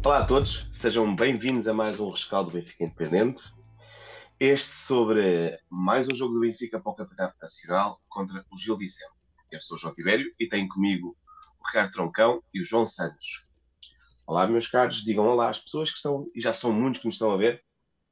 Olá a todos, sejam bem-vindos a mais um rescaldo do Benfica Independente. Este sobre mais um jogo do Benfica para o Campeonato Nacional contra o Gil Vicente. Eu sou o João Tibério e tenho comigo o Ricardo Troncão e o João Santos. Olá, meus caros, digam olá às pessoas que estão, e já são muitos que nos estão a ver.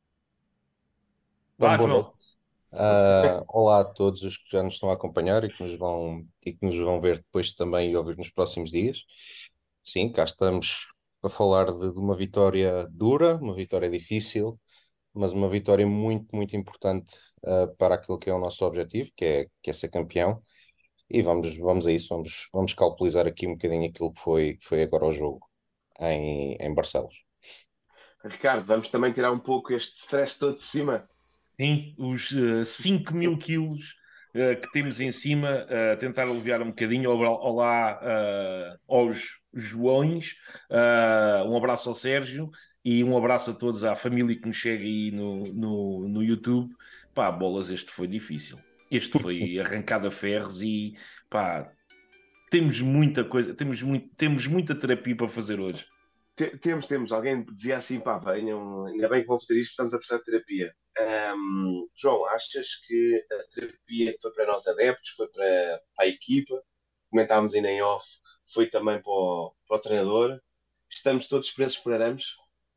Então, Lá, boa noite. João. Olá a todos os que já nos estão a acompanhar e que nos vão ver depois também e ouvir nos próximos dias. Sim, cá estamos a falar de uma vitória dura, uma vitória difícil, mas uma vitória muito, muito importante para aquilo que é o nosso objetivo, que é ser campeão. E vamos a isso, vamos calculizar aqui um bocadinho aquilo que foi agora o jogo em Barcelos. Ricardo, vamos também tirar um pouco este stress todo de cima. Sim, os 5.000 quilos que temos em cima, tentar aliviar um bocadinho. Olá, aos Joões, um abraço ao Sérgio e um abraço a todos, à família que nos chega aí no YouTube. Pá, bolas, este foi difícil. Este foi arrancado a ferros e pá, temos muita coisa, temos muita terapia para fazer hoje. Temos. Alguém dizia assim, pá, venham, ainda bem que vão fazer isto, estamos a precisar de terapia. João, achas que a terapia foi para nós adeptos, foi para a equipa? Comentámos ainda em off, foi também para o treinador. Estamos todos presos por arames?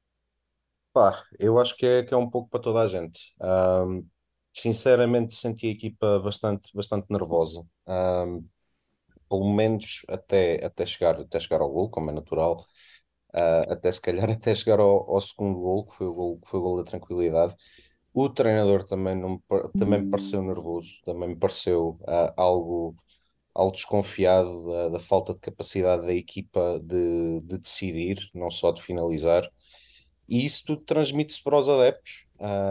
Pá, eu acho que é um pouco para toda a gente. Sinceramente, senti a equipa bastante nervosa. Pelo menos até chegar ao gol, como é natural. Até se calhar até chegar ao segundo gol, que foi o gol da tranquilidade. O treinador também, também me pareceu nervoso, também me pareceu algo desconfiado da falta de capacidade da equipa de decidir, não só de finalizar. E isso tudo transmite-se para os adeptos.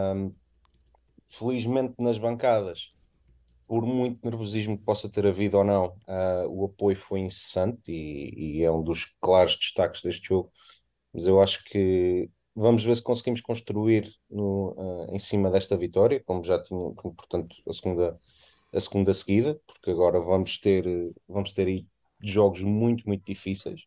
Felizmente nas bancadas, por muito nervosismo que possa ter havido ou não, o apoio foi incessante e é um dos claros destaques deste jogo. Mas eu acho que vamos ver se conseguimos construir em cima desta vitória, como já tinha, como, portanto, a segunda seguida, porque agora vamos ter aí jogos muito, muito difíceis.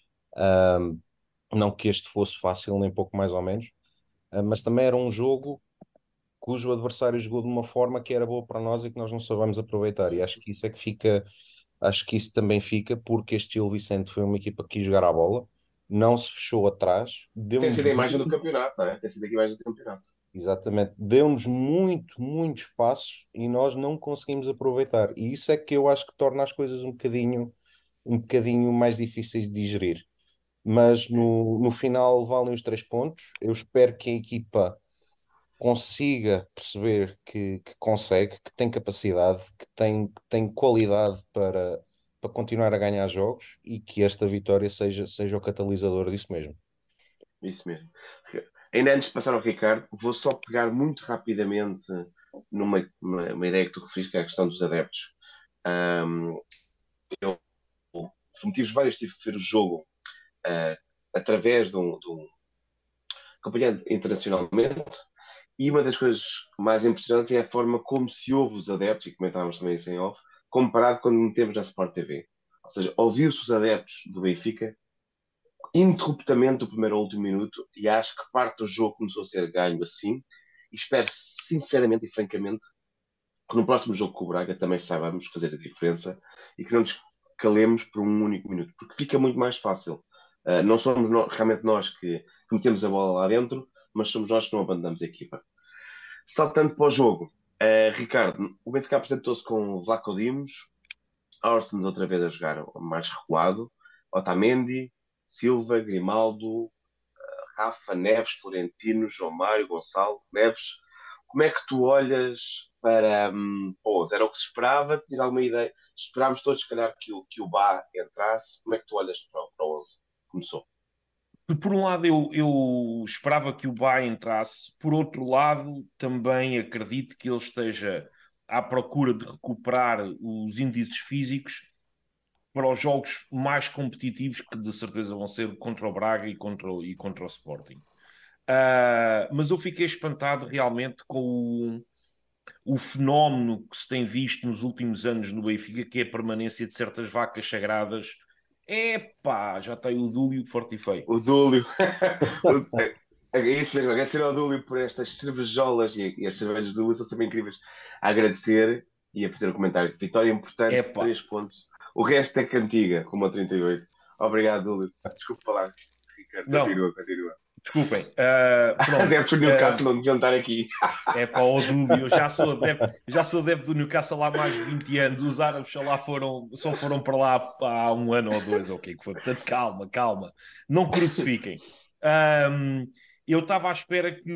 Não que este fosse fácil, nem pouco mais ou menos, mas também era um jogo cujo adversário jogou de uma forma que era boa para nós e que nós não sabemos aproveitar. E acho que isso é que fica, acho que isso também fica porque este Gil Vicente foi uma equipa que quis jogar a bola, não se fechou atrás, Tem deu-nos sido a imagem do muito, campeonato, não é? Tem sido a imagem do campeonato. exatamente, deu-nos muito, muito espaço e nós não conseguimos aproveitar. E isso é que eu acho que torna as coisas um bocadinho mais difíceis de digerir. Mas no final valem os 3 pontos. Eu espero que a equipa consiga perceber que consegue, que tem capacidade, que tem qualidade para continuar a ganhar jogos e que esta vitória seja o catalisador disso mesmo. Isso mesmo. Ainda antes de passar ao Ricardo, vou só pegar muito rapidamente numa ideia que tu referiste, que é a questão dos adeptos. Um, eu, por motivos vários, tive que ver o jogo uh, através de um acompanhando internacionalmente. E uma das coisas mais impressionantes é a forma como se ouve os adeptos, e comentávamos também isso em off, comparado quando metemos na Sport TV. Ou seja, ouviu-se os adeptos do Benfica interruptamente do primeiro ao último minuto, e acho que parte do jogo começou a ser ganho assim. E espero sinceramente e francamente que no próximo jogo com o Braga também saibamos fazer a diferença e que não nos calemos por um único minuto, porque fica muito mais fácil. Não somos realmente nós que metemos a bola lá dentro, mas somos nós que não abandonamos a equipa. Saltando para o jogo, Ricardo, o Benfica apresentou-se com Vlaco Dimos, Orsens outra vez a jogar mais recuado, Otamendi, Silva, Grimaldo, Rafa, Neves, Florentino, João Mário, Gonçalo, Neves. Como é que tu olhas para o 11? Era o que se esperava? Tens alguma ideia? Esperámos todos, se calhar, que o Bá entrasse. Como é que tu olhas para o 11? Começou. Por um lado, eu esperava que o Bá entrasse, por outro lado, também acredito que ele esteja à procura de recuperar os índices físicos para os jogos mais competitivos, que de certeza vão ser contra o Braga e contra o Sporting. Mas eu fiquei espantado realmente com o fenómeno que se tem visto nos últimos anos no Benfica, que é a permanência de certas vacas sagradas Epá, já tem o Dúlio forte e feio. O Dúlio. É isso mesmo, agradecer ao Dúlio por estas cervejolas e as cervejas do Dúlio são sempre incríveis. A agradecer e a fazer o comentário. Vitória importante, Epá, 3 pontos. O resto é cantiga, como a 38. Obrigado, Dúlio. Desculpa lá, Ricardo. não, Continua, continua. desculpem. Pronto. Adeptos do Newcastle não deviam estar aqui. É para o Dúlio, já sou adepto do Newcastle há mais de 20 anos. Os árabes só foram para lá há um ano ou dois, ou o que é que foi. Portanto, calma, calma. Não crucifiquem. Ahm, eu estava à espera que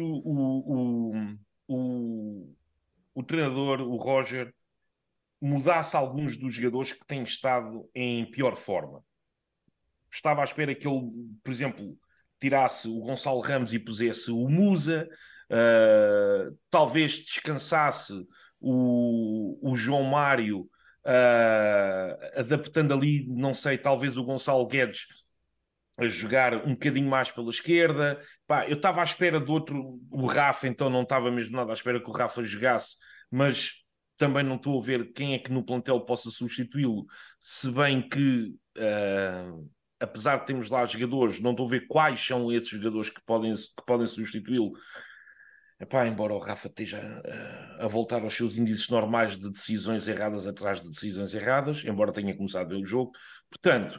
o, o treinador, o Roger, mudasse alguns dos jogadores que têm estado em pior forma. Estava à espera que ele, por exemplo, tirasse o Gonçalo Ramos e pusesse o Musa, talvez descansasse o João Mário, adaptando ali, não sei, talvez o Gonçalo Guedes a jogar um bocadinho mais pela esquerda. Pá, eu estava à espera de outro, o Rafa, então não estava mesmo nada à espera que o Rafa jogasse, mas também não estou a ver quem é que no plantel possa substituí-lo, se bem que apesar de termos lá jogadores, não estou a ver quais são esses jogadores que podem substituí-lo. Epá, embora o Rafa esteja a voltar aos seus índices normais de decisões erradas atrás de decisões erradas, embora tenha começado bem o jogo. Portanto,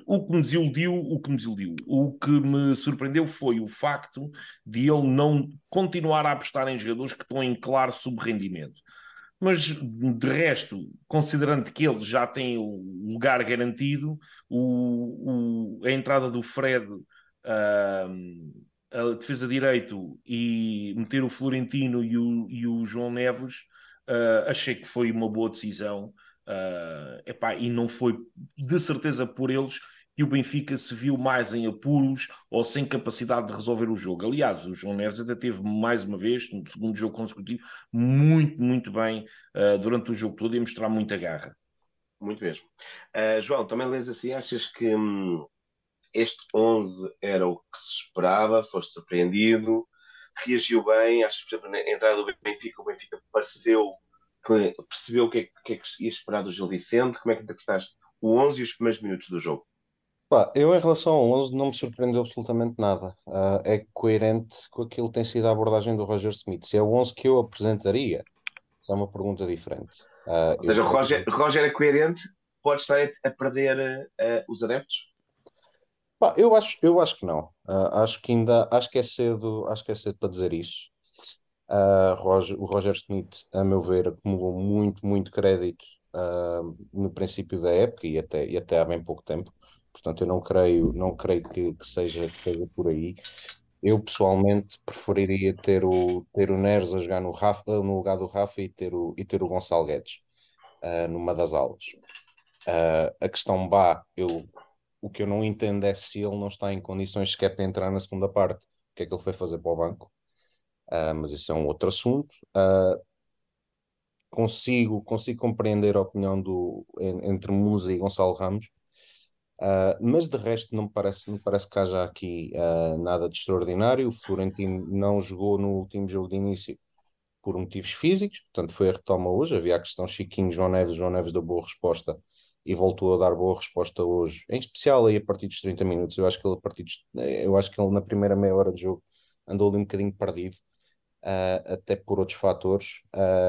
o que me surpreendeu foi o facto de ele não continuar a apostar em jogadores que estão em claro subrendimento. Mas, de resto, considerando que ele já tem o lugar garantido, a entrada do Fred, ah, a defesa de direito e meter o Florentino e o João Neves, achei que foi uma boa decisão. Epá, e não foi de certeza por eles que o Benfica se viu mais em apuros ou sem capacidade de resolver o jogo. Aliás, o João Neves ainda teve mais uma vez, no segundo jogo consecutivo, muito, muito bem durante o jogo todo e mostrar muita garra. Muito mesmo. João, também lês assim, achas que este 11 era o que se esperava? Foste surpreendido? Reagiu bem? Achas que, por exemplo, na entrada do Benfica, o Benfica pareceu que percebeu o que é que ia esperar do Gil Vicente? Como é que interpretaste o 11 e os primeiros minutos do jogo? Pá, eu, em relação ao 11, não me surpreendeu absolutamente nada. É coerente com aquilo que tem sido a abordagem do Roger Smith. Se é o 11 que eu apresentaria, isso é uma pergunta diferente. Ou seja, o Roger é coerente, pode estar a perder os adeptos? Pá, eu acho que não. Acho que ainda, acho que é cedo para dizer isso. O Roger Smith, a meu ver, acumulou muito, muito crédito, no princípio da época e até há bem pouco tempo. Portanto, eu não creio que seja por aí. Eu pessoalmente preferiria ter o Neres a jogar no Rafa, no lugar do Rafa e ter o Gonçalo Guedes, numa das aulas. A questão o que eu não entendo é se ele não está em condições sequer para entrar na segunda parte. O que é que ele foi fazer para o banco? Mas isso é um outro assunto. Consigo compreender a opinião entre Musa e Gonçalo Ramos, mas de resto não me parece que haja aqui nada de extraordinário. O Florentino não jogou no último jogo de início por motivos físicos, portanto foi a retoma hoje. Havia a questão Chiquinho, João Neves deu boa resposta e voltou a dar boa resposta hoje, em especial aí a partir dos 30 minutos. Eu acho que ele na primeira meia hora de jogo andou ali um bocadinho perdido, até por outros fatores.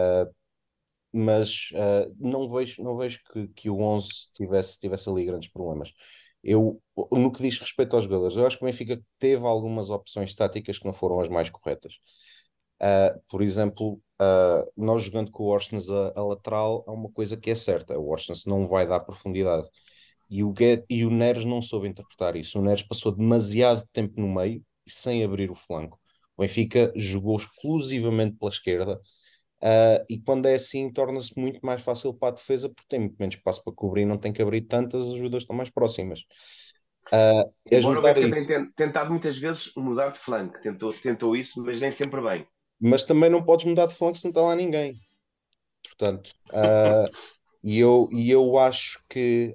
Mas não vejo que o 11 tivesse ali grandes problemas. No que diz respeito aos jogadores, eu acho que o Benfica teve algumas opções táticas que não foram as mais corretas. Por exemplo, nós jogando com o Orsnes a lateral, há uma coisa que é certa: o Orsnes não vai dar profundidade. E o Neres não soube interpretar isso. O Neres passou demasiado tempo no meio e sem abrir o flanco. O Benfica jogou exclusivamente pela esquerda. E quando é assim, torna-se muito mais fácil para a defesa, porque tem muito menos espaço para cobrir, não tem que abrir tantas, as ajudas estão mais próximas. A Embora o juntar Benfica aí, tenha tentado muitas vezes mudar de flanco, tentou isso, mas nem sempre bem. mas também não podes mudar de flanco se não está lá ninguém. Portanto, e eu acho que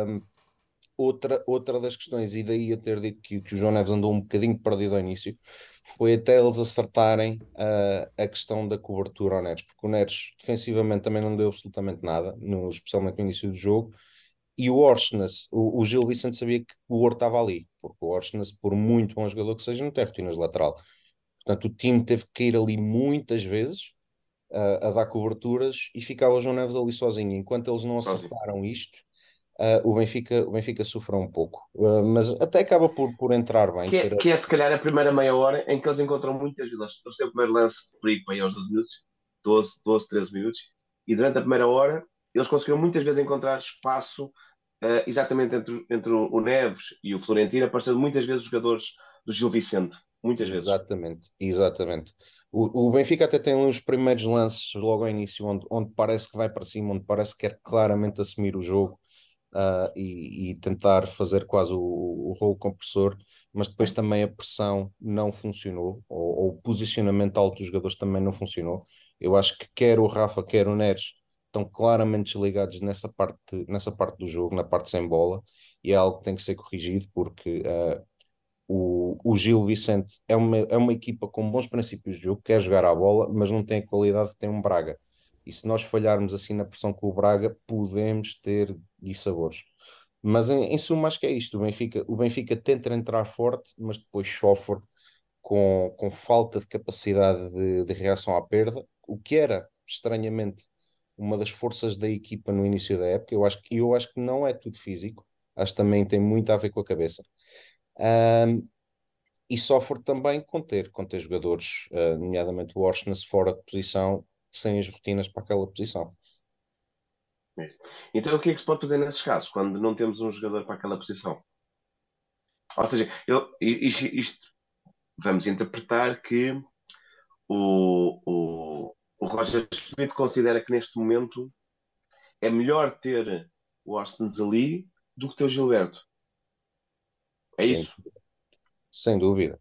outra das questões, e daí eu ter dito que o João Neves andou um bocadinho perdido ao início, foi até eles acertarem a questão da cobertura ao Neres, porque o Neres defensivamente também não deu absolutamente nada, especialmente no início do jogo, E o Orsnes, o Gil Vicente sabia que o ouro estava ali, porque o Orsnes, por muito bom jogador que seja, não tem rotinas de lateral. Portanto, o time teve que ir ali muitas vezes a dar coberturas e ficava o João Neves ali sozinho. Enquanto eles não Sozinho. acertaram isto, o Benfica sofreu um pouco. Mas até acaba por entrar bem. Que é se calhar a primeira meia hora em que eles encontram muitas vezes. Eles têm o primeiro lance de perigo para ir aos 12 minutos, 13 minutos, e durante a primeira hora eles conseguiram muitas vezes encontrar espaço exatamente entre o Neves e o Florentino, aparecendo muitas vezes os jogadores do Gil Vicente. Muitas vezes. Exatamente, exatamente. O Benfica até tem uns primeiros lances logo ao início, onde parece que vai para cima, onde parece que quer claramente assumir o jogo, e tentar fazer quase o rolo compressor, mas depois também a pressão não funcionou, ou o posicionamento alto dos jogadores também não funcionou. Eu acho que quer o Rafa, quer o Neres estão claramente desligados nessa parte do jogo, na parte sem bola, e é algo que tem que ser corrigido, porque o Gil Vicente é uma equipa com bons princípios de jogo, quer jogar à bola, mas não tem a qualidade que tem um Braga. E se nós falharmos assim na pressão com o Braga, podemos ter dissabores. Mas em suma, acho que é isto. O Benfica tenta entrar forte, mas depois sofre com falta de capacidade de reação à perda, o que era, estranhamente, uma das forças da equipa no início da época. Eu acho que não é tudo físico, acho que também tem muito a ver com a cabeça. E sofre também com ter jogadores, nomeadamente o Orsnes, fora de posição, sem as rotinas para aquela posição. Então, o que é que se pode fazer nesses casos, quando não temos um jogador para aquela posição? Ou seja, isto vamos interpretar que o Roger Schmidt considera que neste momento é melhor ter o Orsens ali do que ter o Gilberto. É Sim, isso? sem dúvida.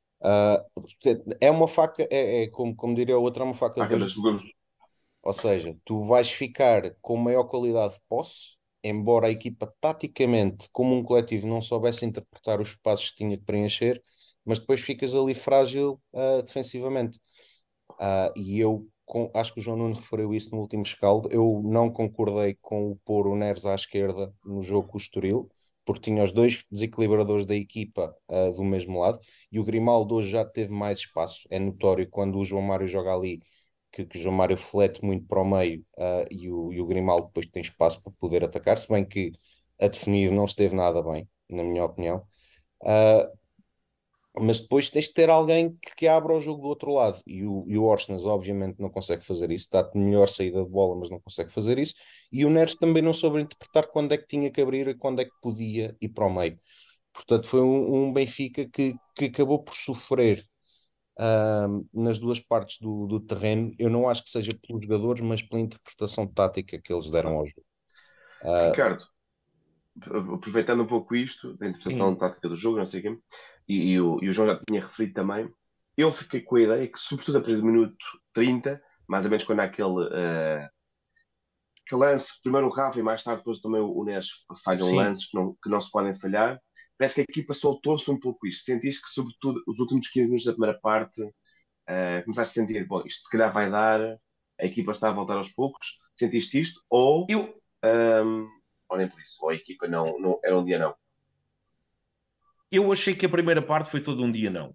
É uma faca, como diria o outro, é uma faca de Faca dois das legumes. gumes. Ou seja, tu vais ficar com maior qualidade de posse, embora a equipa taticamente, como um coletivo, não soubesse interpretar os espaços que tinha que preencher, mas depois ficas ali frágil, defensivamente. E eu acho que o João Nuno referiu isso no último rescaldo. Eu não concordei com o pôr o Neres à esquerda no jogo com o Estoril, porque tinha os dois desequilibradores da equipa do mesmo lado, e o Grimaldo hoje já teve mais espaço. É notório quando o João Mário joga ali que o João Mário flete muito para o meio, e o Grimaldo depois tem espaço para poder atacar, se bem que a definir não esteve nada bem, na minha opinião. Ah, mas depois tens de ter alguém que abra o jogo do outro lado. E o Orsnes, obviamente, não consegue fazer isso. Dá-te melhor saída de bola, mas não consegue fazer isso. E o Neres também não soube interpretar quando é que tinha que abrir e quando é que podia ir para o meio. Portanto, foi um Benfica que acabou por sofrer nas duas partes do terreno. Eu não acho que seja pelos jogadores, mas pela interpretação tática que eles deram ao jogo. Ah, Ricardo, aproveitando um pouco isto, da interpretação Sim, tática do jogo, não sei o quê, e o João já tinha referido também, eu fiquei com a ideia que, sobretudo a partir do minuto 30, mais ou menos quando há aquele lance, primeiro o Rafa e mais tarde depois também o Neres falham sim. lances que não se podem falhar, parece que a equipa soltou-se um pouco isto. Sentiste que, sobretudo, os últimos 15 minutos da primeira parte, começaste a sentir, bom, isto se calhar vai dar, a equipa está a voltar aos poucos. Sentiste isto? Eu, Um, ou nem por isso, ou a equipa não era um dia não. eu achei que a primeira parte foi todo um dia não.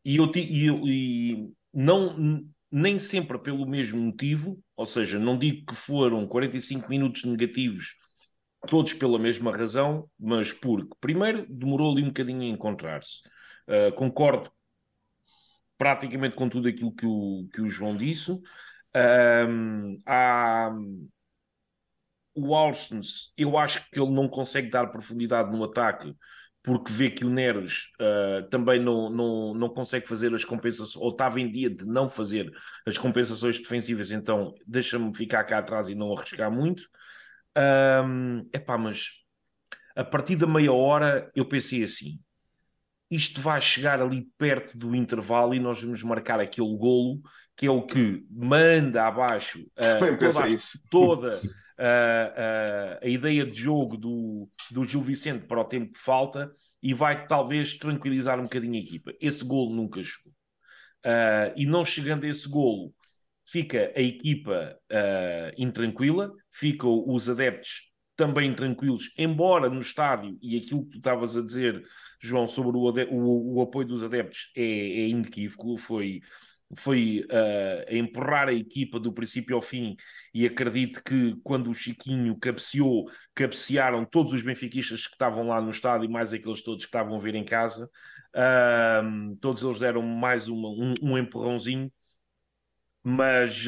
E não, nem sempre pelo mesmo motivo, ou seja, não digo que foram 45 minutos negativos, todos pela mesma razão, mas porque, primeiro, demorou ali um bocadinho a encontrar-se. Concordo praticamente com tudo aquilo que o João disse. Há o Alstons, eu acho que ele não consegue dar profundidade no ataque porque vê que o Neres também não consegue fazer as compensações, ou estava em dia de não fazer as compensações defensivas, então deixa-me ficar cá atrás e não arriscar muito. Mas a partir da meia hora eu pensei assim: isto vai chegar ali perto do intervalo e nós vamos marcar aquele golo que é o que manda abaixo Também pensei isso. toda a ideia de jogo do Gil Vicente para o tempo que falta e vai talvez tranquilizar um bocadinho a equipa. Esse golo nunca chegou. E não chegando a esse golo, fica a equipa intranquila, ficam os adeptos também tranquilos, embora no estádio, e aquilo que tu estavas a dizer, João, sobre o apoio dos adeptos é inequívoco, foi a empurrar a equipa do princípio ao fim, e acredito que quando o Chiquinho cabeceou, cabecearam todos os benfiquistas que estavam lá no estádio, mais aqueles todos que estavam a ver em casa. Todos eles deram mais um empurrãozinho, mas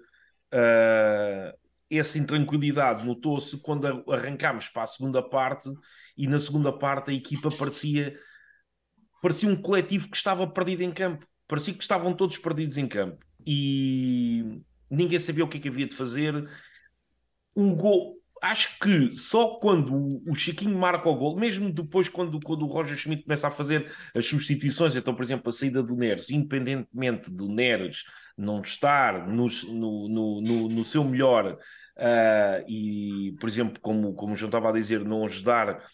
essa intranquilidade notou-se quando arrancámos para a segunda parte, e na segunda parte a equipa parecia um coletivo que estava perdido em campo. Parecia que estavam todos perdidos em campo. E ninguém sabia o que havia de fazer. O gol, acho que só quando o Chiquinho marca o gol, mesmo depois quando o Roger Schmidt começa a fazer as substituições, então, por exemplo, a saída do Neres, independentemente do Neres não estar no seu melhor, e, por exemplo, como o João estava a dizer, não ajudar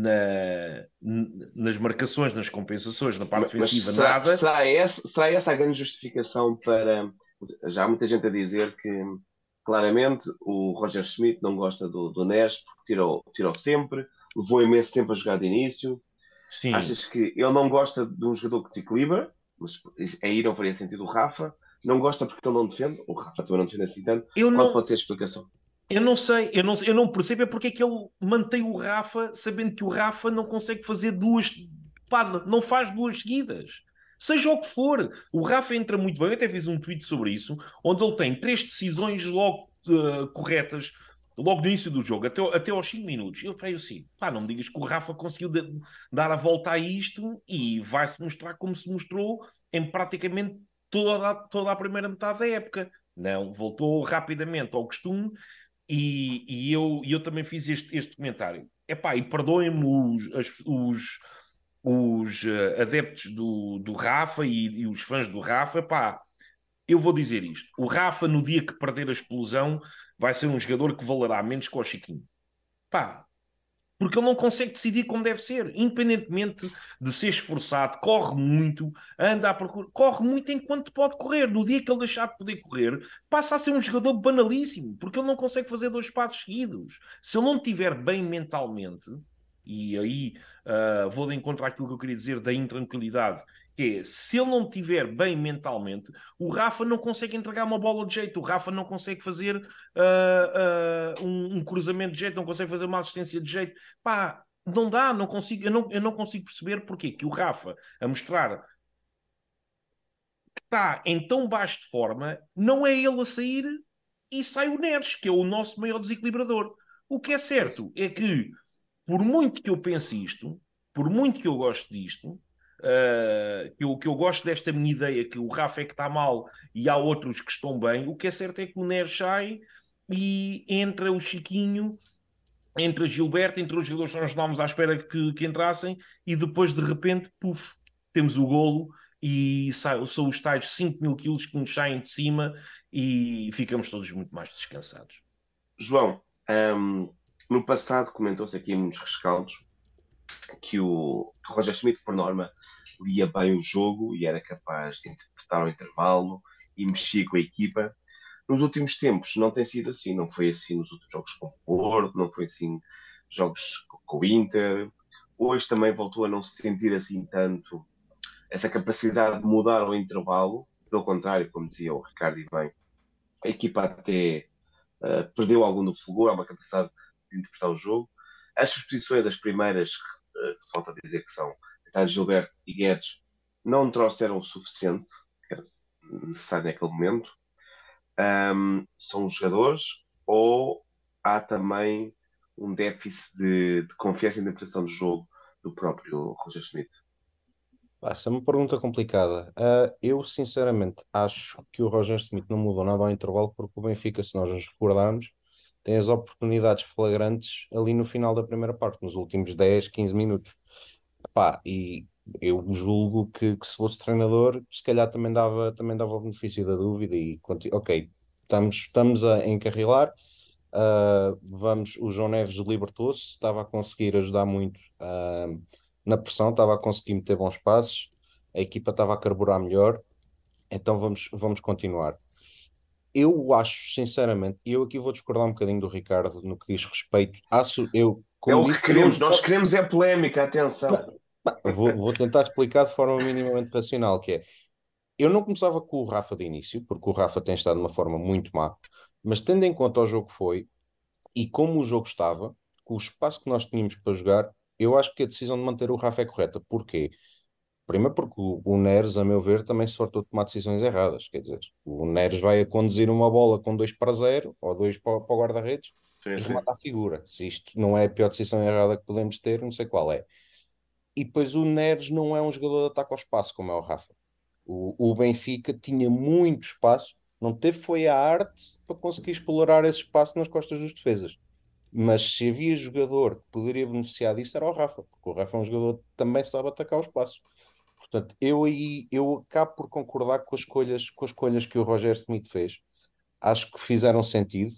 nas marcações, nas compensações, na parte Mas defensiva, nada. será essa a grande justificação para. Já há muita gente a dizer que claramente o Roger Schmidt não gosta do Neres porque tirou sempre, levou imenso tempo a jogar de início. Sim. Achas que ele não gosta de um jogador que desequilibra? Mas aí não faria sentido o Rafa. Não gosta porque ele não defende? O Rafa também não defende assim tanto. Eu Qual não, pode ser a explicação? Eu não sei, eu não percebo é porque é que ele mantém o Rafa, sabendo que o Rafa não consegue fazer duas, pá, não faz duas seguidas. Seja o que for, o Rafa entra muito bem. Eu até fiz um tweet sobre isso, onde ele tem três decisões logo corretas, logo no início do jogo, até aos 5 minutos. Eu creio assim, pá, não me digas que o Rafa conseguiu dar a volta a isto e vai-se mostrar como se mostrou em praticamente toda a primeira metade da época. Não, voltou rapidamente ao costume, e eu também fiz este comentário. Epá, e perdoem-me os adeptos do Rafa e os fãs do Rafa. Epá, eu vou dizer isto. O Rafa, no dia que perder a explosão, vai ser um jogador que valerá menos que o Chiquinho. Pá, porque ele não consegue decidir como deve ser, independentemente de ser esforçado, corre muito, anda à procura, corre muito enquanto pode correr. No dia que ele deixar de poder correr, passa a ser um jogador banalíssimo, porque ele não consegue fazer dois passos seguidos. Se ele não estiver bem mentalmente, e aí vou de encontro àquilo que eu queria dizer da intranquilidade, que é, se ele não estiver bem mentalmente, o Rafa não consegue entregar uma bola de jeito, o Rafa não consegue fazer um cruzamento de jeito, não consegue fazer uma assistência de jeito. Pá, não dá, não consigo, eu não consigo perceber porque que o Rafa, a mostrar que está em tão baixo de forma, não é ele a sair e sai o Neres, que é o nosso maior desequilibrador. O que é Pois. certo é que, por muito que eu pense isto, por muito que eu gosto disto, que eu gosto desta minha ideia que o Rafa é que está mal e há outros que estão bem, o que é certo é que o Neres sai e entra o Chiquinho, entre a Gilberto, entre os jogadores que nós estávamos à espera que entrassem, e depois de repente, puf, temos o golo e são os tais 5.000 quilos que nos saem de cima e ficamos todos muito mais descansados. João, no passado comentou-se aqui nos rescaldos que o Roger Schmidt, por norma, lia bem o jogo e era capaz de interpretar o intervalo e mexer com a equipa. Nos últimos tempos não tem sido assim, não foi assim nos últimos jogos com o Porto, não foi assim jogos com o Inter. Hoje também voltou a não se sentir assim tanto essa capacidade de mudar o intervalo. Pelo contrário, como dizia o Ricardo e bem, a equipa até perdeu algum do fulgor, há uma capacidade de interpretar o jogo. As substituições, as primeiras, que se falta a dizer que são Gilberto e Guedes, não trouxeram o suficiente que era necessário naquele momento. São os jogadores ou há também um déficit de confiança e interpretação do jogo do próprio Roger Schmidt? Essa é uma pergunta complicada. Eu, sinceramente, acho que o Roger Smith não mudou nada ao intervalo, porque o Benfica, se nós nos recordarmos, tem as oportunidades flagrantes ali no final da primeira parte, nos últimos 10, 15 minutos. Epá, e eu julgo que se fosse treinador, se calhar também dava o benefício da dúvida e, ok, estamos a encarrilar, o João Neves libertou-se, estava a conseguir ajudar muito, na pressão, estava a conseguir meter bons passes, a equipa estava a carburar melhor, então vamos continuar. Eu acho, sinceramente, e eu aqui vou discordar um bocadinho do Ricardo no que diz respeito. É Como o que disse, eu não queremos. Nós queremos é polémica, atenção. vou tentar explicar de forma minimamente racional, que é, eu não começava com o Rafa de início, porque o Rafa tem estado de uma forma muito má, mas tendo em conta o jogo que foi, e como o jogo estava, com o espaço que nós tínhamos para jogar, eu acho que a decisão de manter o Rafa é correta. Porquê? Primeiro porque o Neres, a meu ver, também se fartou de tomar decisões erradas. Quer dizer, o Neres vai a conduzir uma bola com 2-0 ou 2 para o guarda-redes Sim, e sim. remata a figura. Se isto não é a pior decisão errada que podemos ter, não sei qual é. E depois o Neres não é um jogador de ataque ao espaço, como é o Rafa. O Benfica tinha muito espaço, não teve foi a arte para conseguir explorar esse espaço nas costas dos defesas. Mas se havia jogador que poderia beneficiar disso era o Rafa, porque o Rafa é um jogador que também sabe atacar o espaço. Portanto, eu acabo por concordar com as escolhas que o Roger Smith fez. Acho que fizeram sentido.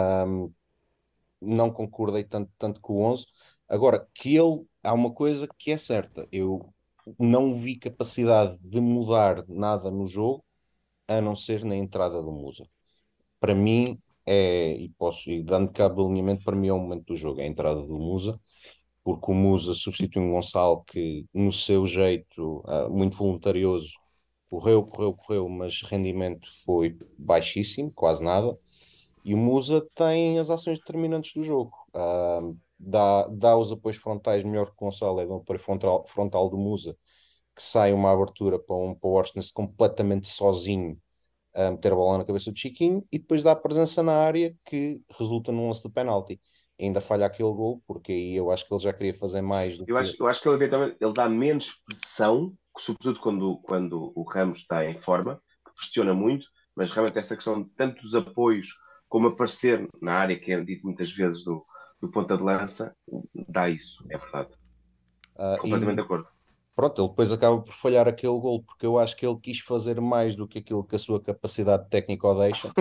Não concordei tanto com o 11. Agora, há uma coisa que é certa. Eu não vi capacidade de mudar nada no jogo, a não ser na entrada do Musa. Para mim, e dando cabo do alinhamento, para mim é o momento do jogo, é a entrada do Musa, porque o Musa substitui um Gonçalo que, no seu jeito, muito voluntarioso, correu, mas rendimento foi baixíssimo, quase nada. E o Musa tem as ações determinantes do jogo. Dá os apoios frontais melhor que o Gonçalo, é do apoio frontal do Musa, que sai uma abertura para o Orsnes completamente sozinho a meter a bola na cabeça do Chiquinho e depois dá a presença na área que resulta num lance do penalti. Ainda falha aquele gol, porque aí eu acho que ele já queria fazer mais do que. Eu acho que ele, eventualmente, ele dá menos pressão, sobretudo quando o Ramos está em forma, que pressiona muito, mas realmente essa questão de tanto dos apoios como aparecer na área, que é dito muitas vezes do ponta de lança, dá isso, é verdade. Completamente de E acordo. pronto, ele depois acaba por falhar aquele gol, porque eu acho que ele quis fazer mais do que aquilo que a sua capacidade técnica o deixa.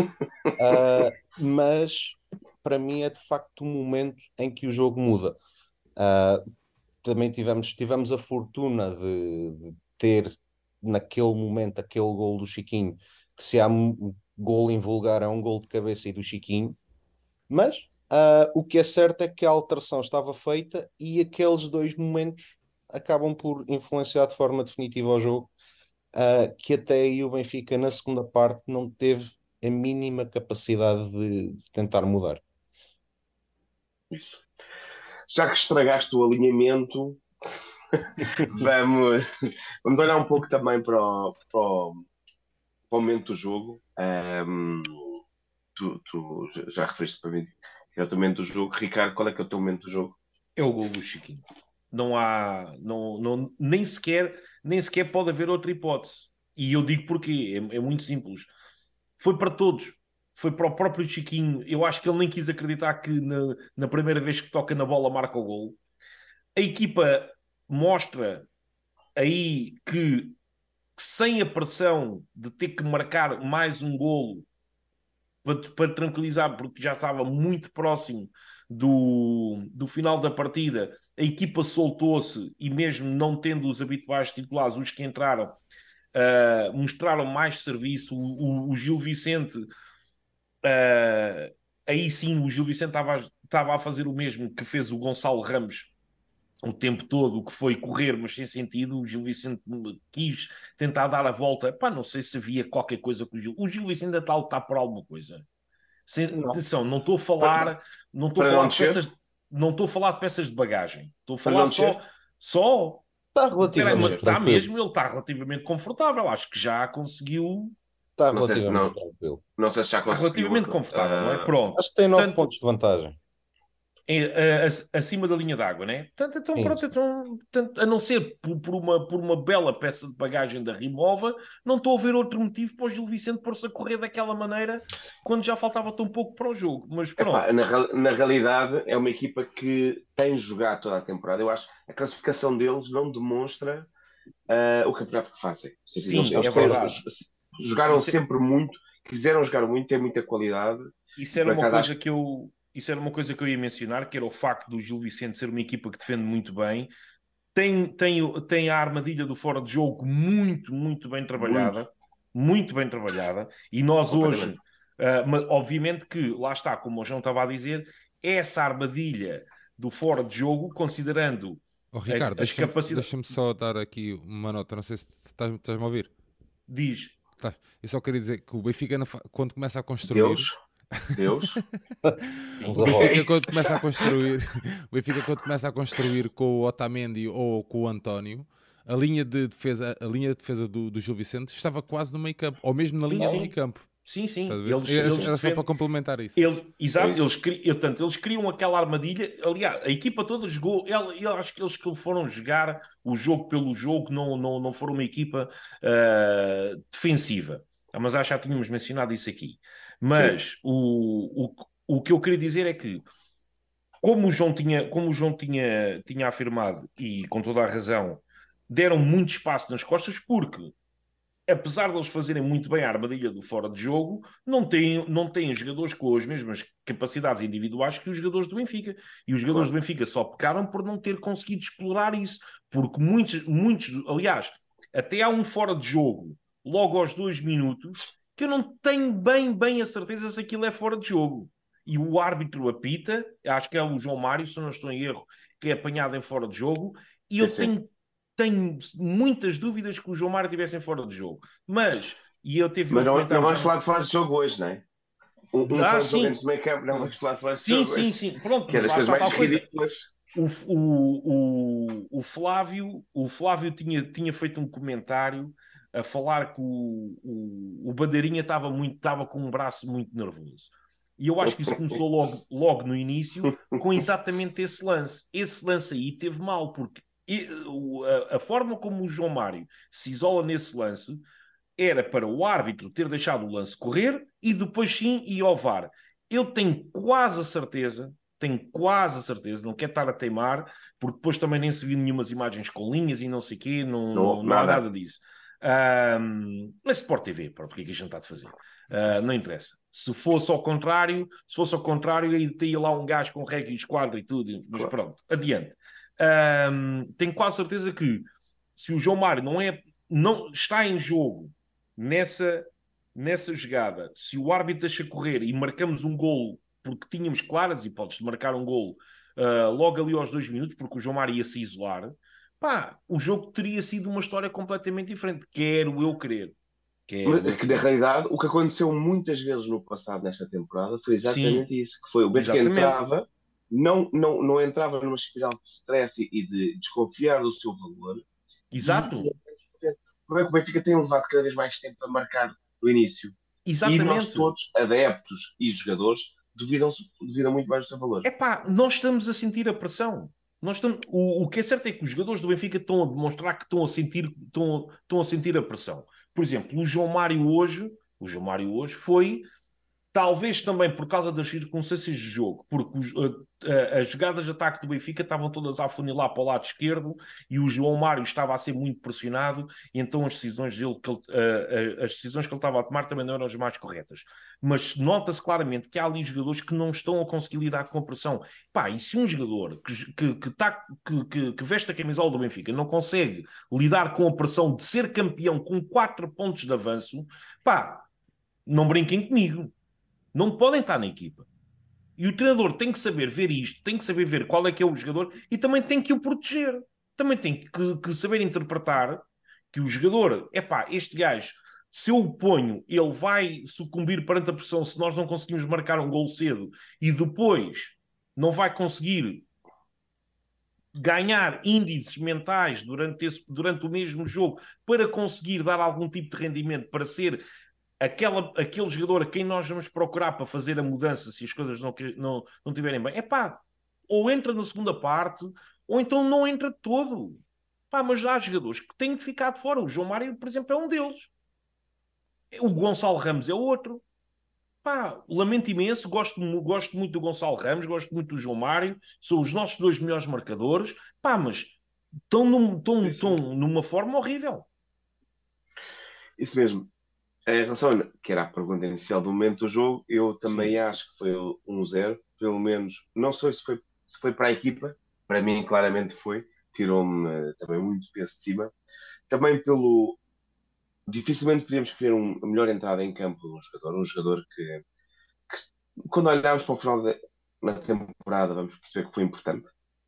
Mas para mim é de facto um momento em que o jogo muda. Ah, Também tivemos a fortuna de ter naquele momento aquele gol do Chiquinho, que se há um gol invulgar é um gol de cabeça e do Chiquinho, mas o que é certo é que a alteração estava feita e aqueles dois momentos acabam por influenciar de forma definitiva o jogo, que até aí o Benfica na segunda parte não teve a mínima capacidade de tentar mudar. Isso. Já que estragaste o alinhamento, vamos, vamos olhar um pouco também para o momento do jogo. Tu já referiste para mim que é o teu momento do jogo. Ricardo, qual é que é o teu momento do jogo? É o gol do Chiquinho. Não há, nem sequer pode haver outra hipótese. E eu digo porquê, é muito simples. Foi para todos. Foi para o próprio Chiquinho. Eu acho que ele nem quis acreditar que na primeira vez que toca na bola marca o gol. A equipa mostra aí que sem a pressão de ter que marcar mais um golo para tranquilizar, porque já estava muito próximo do final da partida, a equipa soltou-se e mesmo não tendo os habituais titulares, os que entraram, mostraram mais serviço. O Gil Vicente, aí sim, o Gil Vicente estava a fazer o mesmo que fez o Gonçalo Ramos o tempo todo, o que foi correr, mas sem sentido. O Gil Vicente quis tentar dar a volta. Pá, não sei se havia qualquer coisa com o Gil. O Gil Vicente ainda está a lutar por alguma coisa. Não. Atenção, Para, não estou a para falar não de descer? peças, não estou a falar de peças de bagagem. Estou a Para falar não só, descer? só. Está Para Espera aí, não mas relativamente descer. está tranquilo. mesmo, ele está relativamente confortável. Acho que já conseguiu. Está Não sei, relativamente tranquilo. não sei se já Está conseguiu. relativamente confortável, não é? Pronto. Acho que tem 9 Portanto, pontos de vantagem. acima da linha d'água, né? Portanto, então Sim, pronto, sim. então, portanto, a não ser por uma bela peça de bagagem da Rimova, não estou a ver outro motivo para o Gil Vicente pôr-se a correr daquela maneira quando já faltava tão pouco para o jogo. Mas Epá, pronto, na realidade, é uma equipa que tem jogado toda a temporada. Eu acho que a classificação deles não demonstra o campeonato que fazem. Ou seja, sim, eles é verdade. jogaram Isso, sempre muito, quiseram jogar muito, têm muita qualidade. isso E era por uma acaso coisa acho que eu. Isso era uma coisa que eu ia mencionar, que era o facto do Gil Vicente ser uma equipa que defende muito bem, tem a armadilha do fora de jogo muito, muito bem muito, trabalhada, muito bem trabalhada, e nós hoje completamente. Mas obviamente que, lá está, como o João estava a dizer, essa armadilha do fora de jogo, considerando Ricardo, as capacidades... deixa-me só dar aqui uma nota, não sei se estás-me a ouvir. Diz. Tá. Eu só queria dizer que o Benfica, quando começa a construir... Deus. O Benfica quando começa a construir, o Benfica quando começa a construir com o Otamendi ou com o António, a linha de defesa do Gil Vicente estava quase no meio campo, ou mesmo na linha do meio campo. Sim. Era só para complementar isso. Exato, eles criam aquela armadilha. Aliás, a equipa toda jogou. Eu acho que eles que foram jogar o jogo pelo jogo, não foram uma equipa defensiva. Mas acho que já tínhamos mencionado isso aqui. Mas o que eu queria dizer é que, como o João tinha afirmado, e com toda a razão, deram muito espaço nas costas, porque apesar de eles fazerem muito bem a armadilha do fora de jogo, não têm jogadores com as mesmas capacidades individuais que os jogadores do Benfica. E os jogadores do Benfica só pecaram por não ter conseguido explorar isso. Porque muitos, aliás, até há um fora de jogo, logo aos 2 minutos, que eu não tenho bem a certeza se aquilo é fora de jogo. E o árbitro apita, acho que é o João Mário, se não estou em erro, que é apanhado em fora de jogo, e eu tenho muitas dúvidas que o João Mário estivesse fora de jogo. Mas não vamos falar de fora de jogo hoje, não é? Um fora de jogo antes do meio campo, não vamos falar de fora de jogo hoje. Sim. Pronto, que é das coisas mais ridículas. O Flávio tinha feito um comentário a falar que o Bandeirinha estava com um braço muito nervoso. E eu acho que isso começou logo no início com exatamente esse lance. Esse lance aí teve mal, porque a forma como o João Mário se isola nesse lance era para o árbitro ter deixado o lance correr e depois sim ir ao VAR. Eu tenho quase a certeza, não quero estar a teimar, porque depois também nem se viu nenhumas imagens com linhas e não sei o quê, não há nada disso. Mas Sport TV, pronto, o que é que a gente está a fazer? Não interessa. Se fosse ao contrário, aí teria lá um gajo com reggae e esquadro e tudo, mas pronto, adiante. Tenho quase certeza que se o João Mário não está em jogo nessa jogada, se o árbitro deixa correr e marcamos um golo, porque tínhamos claras hipóteses de marcar um golo logo ali aos 2 minutos, porque o João Mário ia se isolar, o jogo teria sido uma história completamente diferente. Quero eu crer. Que na realidade o que aconteceu muitas vezes no passado nesta temporada foi exatamente isso, que foi o Benfica entrava, não entrava numa espiral de stress e de desconfiar do seu valor. Exato. O Benfica tem levado cada vez mais tempo a marcar o início. Exatamente. E nós todos, adeptos e jogadores, duvidam muito mais do seu valor. Nós estamos a sentir a pressão. O que é certo é que os jogadores do Benfica estão a demonstrar que estão a sentir a pressão. Por exemplo, o João Mário hoje foi, talvez também por causa das circunstâncias de jogo, porque as jogadas de ataque do Benfica estavam todas a afunilar para o lado esquerdo e o João Mário estava a ser muito pressionado, e então as decisões que ele estava a tomar também não eram as mais corretas. Mas nota-se claramente que há ali jogadores que não estão a conseguir lidar com a pressão. E se um jogador que veste a camisola do Benfica não consegue lidar com a pressão de ser campeão com 4 pontos de avanço, não brinquem comigo. Não podem estar na equipa. E o treinador tem que saber ver isto, tem que saber ver qual é que é o jogador e também tem que o proteger. Também tem que saber interpretar que o jogador, este gajo, se eu o ponho, ele vai sucumbir perante a pressão se nós não conseguimos marcar um gol cedo e depois não vai conseguir ganhar índices mentais durante o mesmo jogo para conseguir dar algum tipo de rendimento, para ser aquele jogador a quem nós vamos procurar para fazer a mudança se as coisas não estiverem bem. Ou entra na segunda parte, ou então não entra de todo. Mas há jogadores que têm que ficar de fora. O João Mário, por exemplo, é um deles. O Gonçalo Ramos é outro. Lamento imenso, gosto muito do Gonçalo Ramos, gosto muito do João Mário, são os nossos 2 melhores marcadores, mas estão numa forma horrível. Isso mesmo. Em relação, que era a pergunta inicial do momento do jogo, eu também acho que foi 1-0, pelo menos, não sei se foi para a equipa, para mim claramente foi, tirou-me também muito peso de cima, também dificilmente podíamos escolher a melhor entrada em campo de um jogador que quando olharmos para o final da temporada, vamos perceber que foi importante.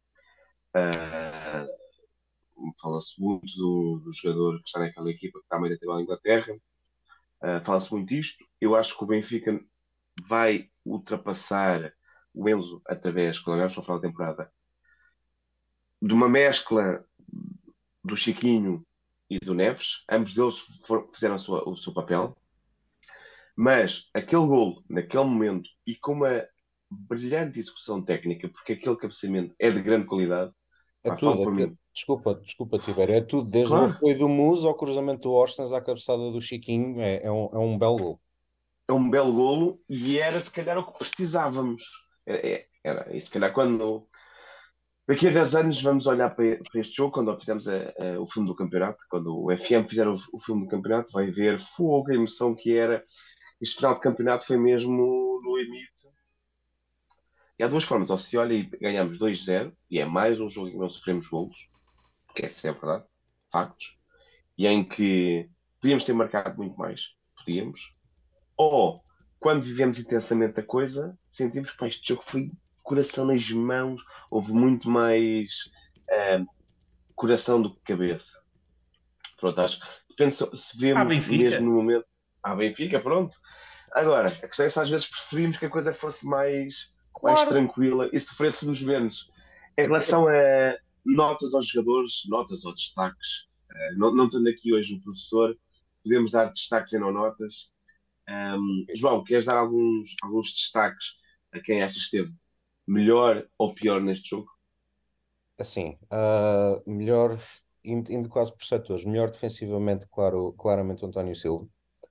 Uh, Fala-se muito do jogador que está naquela equipa que está à meia da tabela da Inglaterra. Fala-se muito disto. Eu acho que o Benfica vai ultrapassar o Enzo através, quando olharmos para o final da temporada, de uma mescla do Chiquinho e do Neves. Ambos deles fizeram o seu papel. Mas aquele golo, naquele momento, e com uma brilhante execução técnica, porque aquele cabeceamento é de grande qualidade, É pá, falo tudo, por mim. desculpa, Tibério, é tudo, desde o Claro, apoio do Muso ao cruzamento do Orsnes à cabeçada do Chiquinho, é um belo gol. é um belo golo e era se calhar o que precisávamos. Era. E se calhar quando. Daqui a 10 anos vamos olhar para este jogo, quando fizermos o filme do campeonato, quando o FM fizer o filme do campeonato, vai ver fogo, a emoção que era. Este final de campeonato foi mesmo no limite. E há duas formas, ou se olha e ganhamos 2-0, e é mais um jogo em que não sofremos golos, porque essa é a verdade, factos, e em que podíamos ter marcado muito mais, podíamos, ou quando vivemos intensamente a coisa, sentimos que pá, este jogo foi coração nas mãos, houve muito mais ah, coração do que cabeça. Pronto, acho. Depende se Ah, vemos mesmo Benfica. no momento. Ah, Benfica, pronto. Agora, a questão é se às vezes preferimos que a coisa fosse mais Claro. tranquila e sofrêssemos menos. Em Até, relação a notas aos jogadores, notas ou destaques, não tendo aqui hoje o professor, podemos dar destaques e não notas. João, queres dar alguns destaques a quem achas que esteve melhor ou pior neste jogo? assim, melhor, indo quase por setores, melhor defensivamente, claramente o António Silva,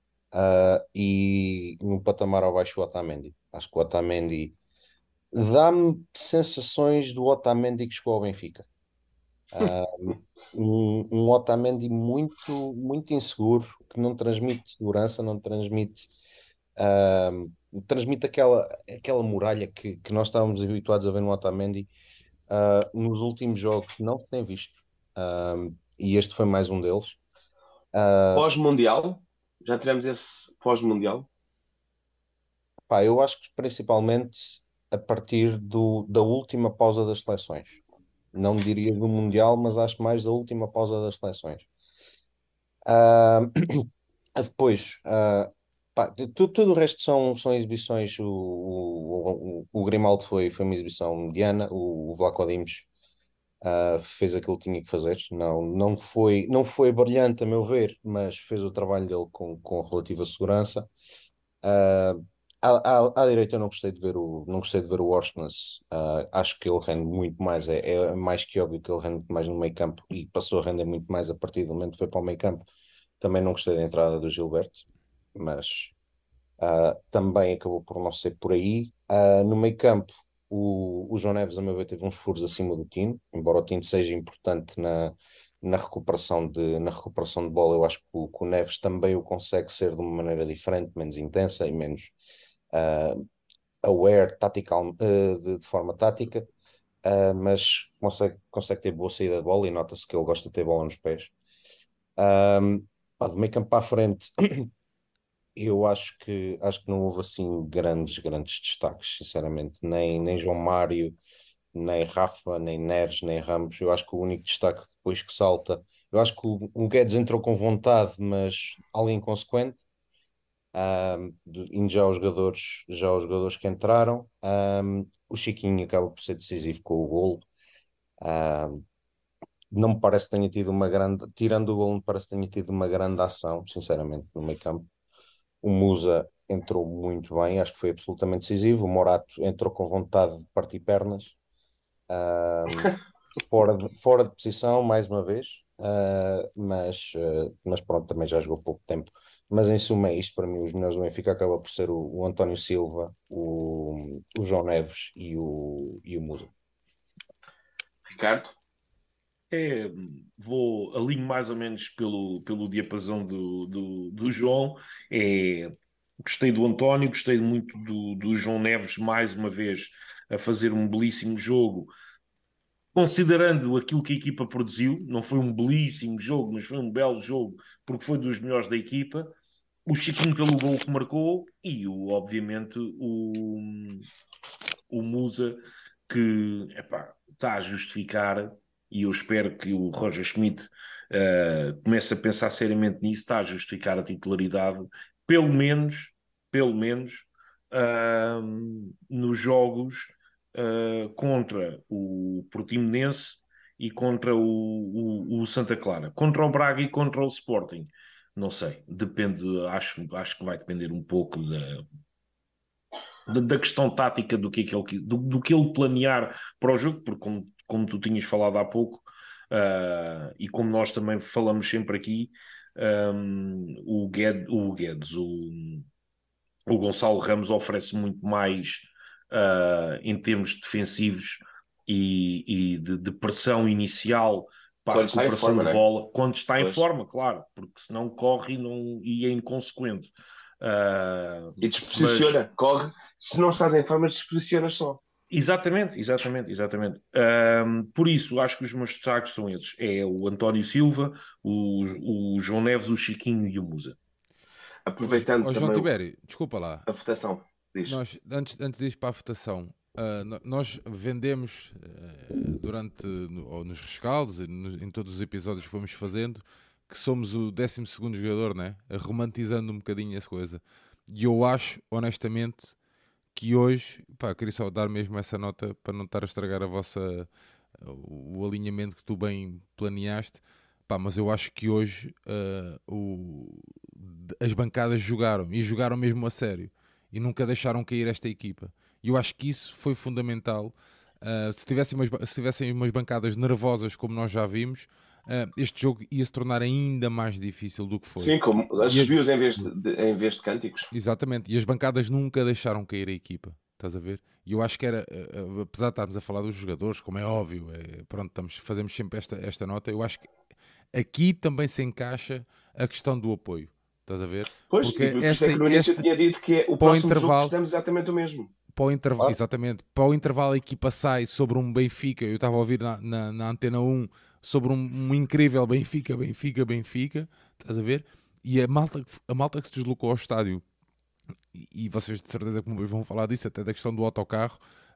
e no patamar abaixo o Otamendi. Acho que o Otamendi dá-me sensações do Otamendi que chegou ao Benfica. Ah, um Otamendi muito inseguro, que não transmite segurança, não transmite, ah, transmite aquela muralha que nós estávamos habituados a ver no Otamendi. Nos últimos jogos não se tem visto, ah, e este foi mais um deles. Ah, Pós-Mundial, já tivemos esse pós-Mundial. Pá, eu acho que principalmente a partir da última pausa das seleções. Não diria do Mundial, mas acho mais da última pausa das seleções. Ah, Depois, pá, tudo o resto são exibições. O Grimaldo foi uma exibição mediana. O Vlaco Dimos fez aquilo que tinha que fazer. Não foi brilhante, a meu ver, mas fez o trabalho dele com relativa segurança. Ah, à direita eu não gostei de ver o Orsnes. Acho que ele rende muito mais. É mais que óbvio que ele rende muito mais no meio campo e passou a render muito mais a partir do momento que foi para o meio campo. Também não gostei da entrada do Gilberto, mas também acabou por não ser por aí. No meio campo, o João Neves, a meu ver, teve uns furos acima do Tino, embora o Tino seja importante na recuperação de bola. Eu acho que o Neves também o consegue ser de uma maneira diferente, menos intensa e menos ah, aware, tactical, de forma tática, mas consegue ter boa saída de bola e nota-se que ele gosta de ter bola nos pés. Do meio campo para a frente, eu acho que não houve assim grandes destaques, sinceramente. Nem João Mário, nem Rafa, nem Neres, nem Ramos. Eu acho que o único destaque depois que salta. Eu acho que o Guedes entrou com vontade, mas algo inconsequente. Indo já aos jogadores que entraram. O Chiquinho acaba por ser decisivo com o golo. Ahm, não me parece que tenha tido uma grande, tirando o golo, não me parece que tenha tido uma grande ação, sinceramente, no meio campo. O Musa entrou muito bem, acho que foi absolutamente decisivo. O Morato entrou com vontade de partir pernas, ahm, fora de posição, mais uma vez, mas pronto, também já jogou pouco tempo. Mas em suma, é isto para mim, os melhores do Benfica acaba por ser o António Silva, o João Neves e o Musa. Ricardo, É, alinho mais ou menos pelo diapasão do João. Gostei do António, gostei muito do João Neves, mais uma vez, a fazer um belíssimo jogo. Considerando aquilo que a equipa produziu, não foi um belíssimo jogo, mas foi um belo jogo, porque foi dos melhores da equipa. o Chiquinho pelo gol que marcou e, obviamente, o Musa, que está a justificar, e eu espero que o Roger Schmidt comece a pensar seriamente nisso, está a justificar a titularidade, pelo menos nos jogos contra o Portimonense e contra o Santa Clara. Contra o Braga e contra o Sporting. Não sei, depende, acho que vai depender um pouco da questão tática do que é que ele, do que ele planear para o jogo, porque como tu tinhas falado há pouco, e como nós também falamos sempre aqui, o Guedes, o Gonçalo Ramos oferece muito mais em termos defensivos e de pressão inicial para a Quando está em recuperação forma, de não é? bola, quando está em Pois. forma, claro, porque senão corre e é inconsequente. E desposiciona, corre. Se não estás em forma, desposicionas só. Exatamente. Por isso, acho que os meus destaques são esses. É o António Silva, o João Neves, o Chiquinho e o Musa. Aproveitando Ó João também Tibério, desculpa lá. a votação. Diz. Nós, antes de ir para a votação, nós vendemos ou nos rescaldos, em todos os episódios que fomos fazendo, que somos o 12º jogador, né? Romantizando um bocadinho essa coisa. E eu acho, honestamente, que hoje, queria só dar mesmo essa nota para não estar a estragar o alinhamento que tu bem planeaste, mas eu acho que hoje as bancadas jogaram e jogaram mesmo a sério e nunca deixaram cair esta equipa. E eu acho que isso foi fundamental. Se tivessem umas bancadas nervosas como nós já vimos, este jogo ia se tornar ainda mais difícil do que foi. Sim, como assobios em vez de cânticos. Exatamente, e as bancadas nunca deixaram cair a equipa, estás a ver? E eu acho que era, apesar de estarmos a falar dos jogadores, como é óbvio, pronto, fazemos sempre esta nota, eu acho que aqui também se encaixa a questão do apoio, estás a ver? Pois, porque e por isso é que no início eu tinha dito que o próximo jogo precisamos exatamente o mesmo. Exatamente, para o intervalo a equipa sai sobre um Benfica, eu estava a ouvir na Antena 1 sobre um incrível Benfica, estás a ver? E a malta que se deslocou ao estádio, e vocês de certeza que vão falar disso, até da questão do autocarro,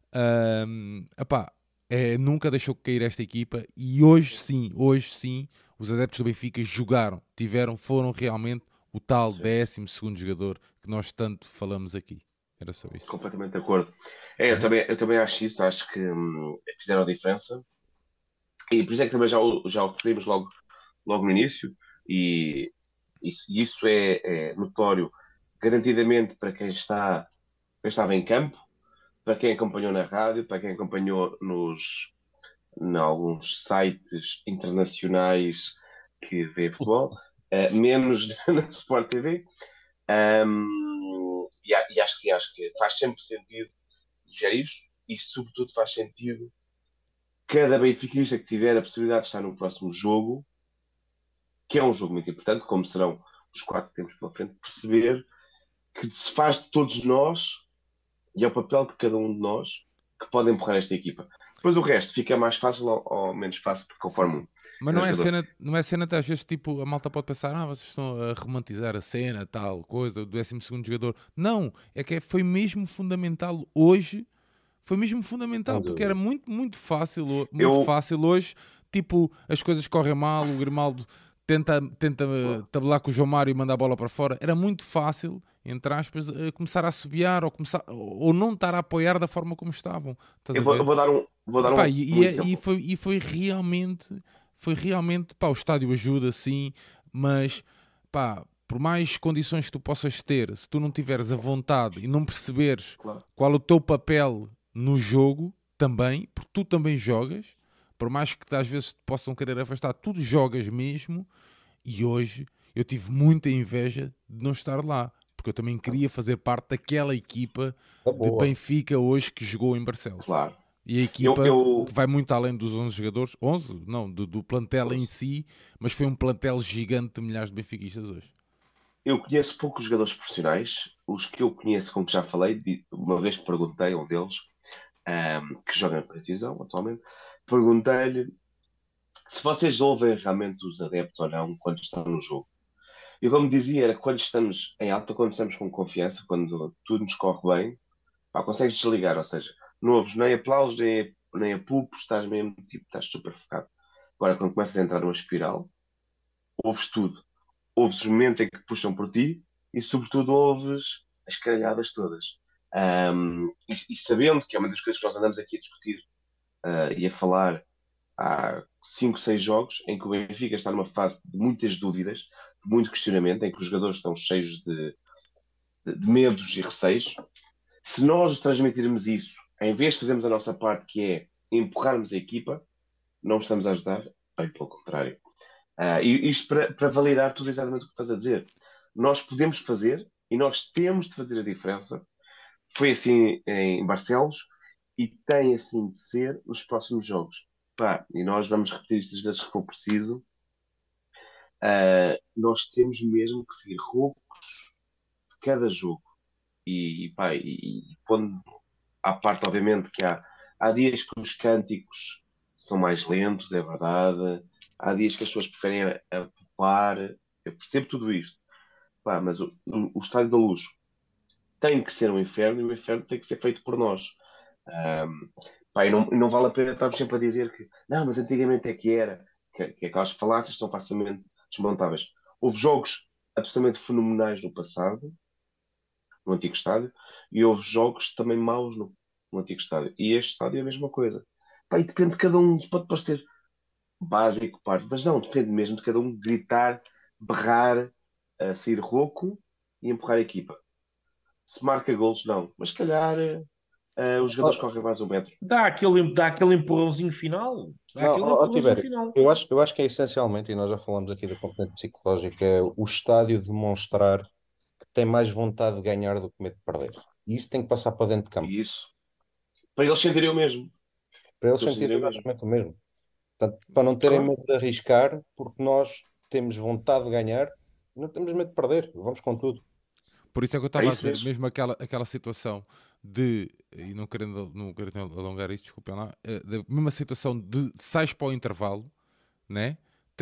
nunca deixou cair esta equipa, e hoje sim, os adeptos do Benfica foram realmente o tal 12º jogador que nós tanto falamos aqui. Era só isso. Completamente de acordo. Eu também acho isso, acho que fizeram a diferença. E por isso é que também já o referimos logo no início, e isso é notório garantidamente para quem estava em campo, para quem acompanhou na rádio, para quem acompanhou em alguns sites internacionais que vê futebol, menos na Sport TV. E acho que faz sempre sentido dizer isto, e sobretudo faz sentido cada benfiquista que tiver a possibilidade de estar no próximo jogo, que é um jogo muito importante, como serão os 4 que temos pela frente, perceber que se faz de todos nós, e é o papel de cada um de nós, que pode empurrar esta equipa. Depois o resto fica mais fácil ou menos fácil, conforme mas não é cena, às vezes, tipo, a malta pode pensar, vocês estão a romantizar a cena, tal coisa, do 12º jogador. Não, é que foi mesmo fundamental hoje, porque era muito, muito fácil hoje, tipo, as coisas correm mal, o Grimaldo tenta tabelar com o João Mário e mandar a bola para fora, era muito fácil, entre aspas, começar a assobiar ou não estar a apoiar da forma como estavam. Eu vou dar um exemplo. E foi realmente, o estádio ajuda sim, mas por mais condições que tu possas ter, se tu não tiveres a vontade e não perceberes qual o teu papel no jogo também, porque tu também jogas, por mais que às vezes te possam querer afastar, tu jogas mesmo. E hoje eu tive muita inveja de não estar lá, porque eu também queria fazer parte daquela equipa de Benfica hoje que jogou em Barcelos. Claro. E a equipa que vai muito além dos 11 jogadores, 11? Não, do plantel em si, mas foi um plantel gigante de milhares de benfiquistas hoje. Eu conheço poucos jogadores profissionais. Os que eu conheço, como já falei, uma vez perguntei a um deles, que joga na televisão atualmente, perguntei-lhe se vocês ouvem realmente os adeptos ou não quando estão no jogo. Eu, como dizia, era quando estamos em alta, quando estamos com confiança, quando tudo nos corre bem, pá, consegues desligar, ou seja, não ouves nem aplausos, nem apupos, estás mesmo, tipo, estás super focado. Agora, quando começas a entrar numa espiral, ouves tudo. Ouves os momentos em que puxam por ti e, sobretudo, ouves as caralhadas todas. E sabendo que é uma das coisas que nós andamos aqui a discutir e a falar há 5 6 jogos em que o Benfica está numa fase de muitas dúvidas, de muito questionamento, em que os jogadores estão cheios de medos e receios. Se nós transmitirmos isso, em vez de fazermos a nossa parte, que é empurrarmos a equipa, não estamos a ajudar, bem pelo contrário. E isto para validar tudo exatamente o que estás a dizer. Nós podemos fazer e nós temos de fazer a diferença. Foi assim em Barcelos e tem assim de ser nos próximos jogos. Pá, e nós vamos repetir isto as vezes que for preciso. Nós temos mesmo que seguir roubo de cada jogo. Pá, e pondo à parte, obviamente, que há dias que os cânticos são mais lentos, é verdade. Há dias que as pessoas preferem a poupar. Eu percebo tudo isto. Pá, mas o Estádio da Luz tem que ser um inferno e o inferno tem que ser feito por nós. Pá, e não vale a pena estarmos sempre a dizer que não, mas antigamente é que era, que aquelas falácias são facilmente desmontáveis. Houve jogos absolutamente fenomenais no passado, no antigo estádio, e houve jogos também maus no antigo estádio. E este estádio é a mesma coisa. Pá, e depende de cada um, pode parecer básico, pá, mas não, depende mesmo de cada um gritar, berrar, sair rouco e empurrar a equipa. Se marca golos, não. Mas se calhar os jogadores Oh, correm mais um metro. Dá aquele empurrãozinho final. Dá não, aquele empurrãozinho Tibério, final. eu acho que é essencialmente, e nós já falamos aqui da componente psicológica, é o estádio demonstrar que tem mais vontade de ganhar do que medo de perder. E isso tem que passar para dentro de campo, E isso, para eles sentirem o mesmo. para eles Para eles sentirem sentirem o mesmo. exatamente o mesmo. Portanto, para não terem Claro, medo de arriscar, porque nós temos vontade de ganhar, não temos medo de perder, vamos com tudo. Por isso é que eu é estava a isso dizer, mesmo. mesmo aquela situação de, e não querendo alongar isto, desculpem lá, da mesma situação de sais para o intervalo, né?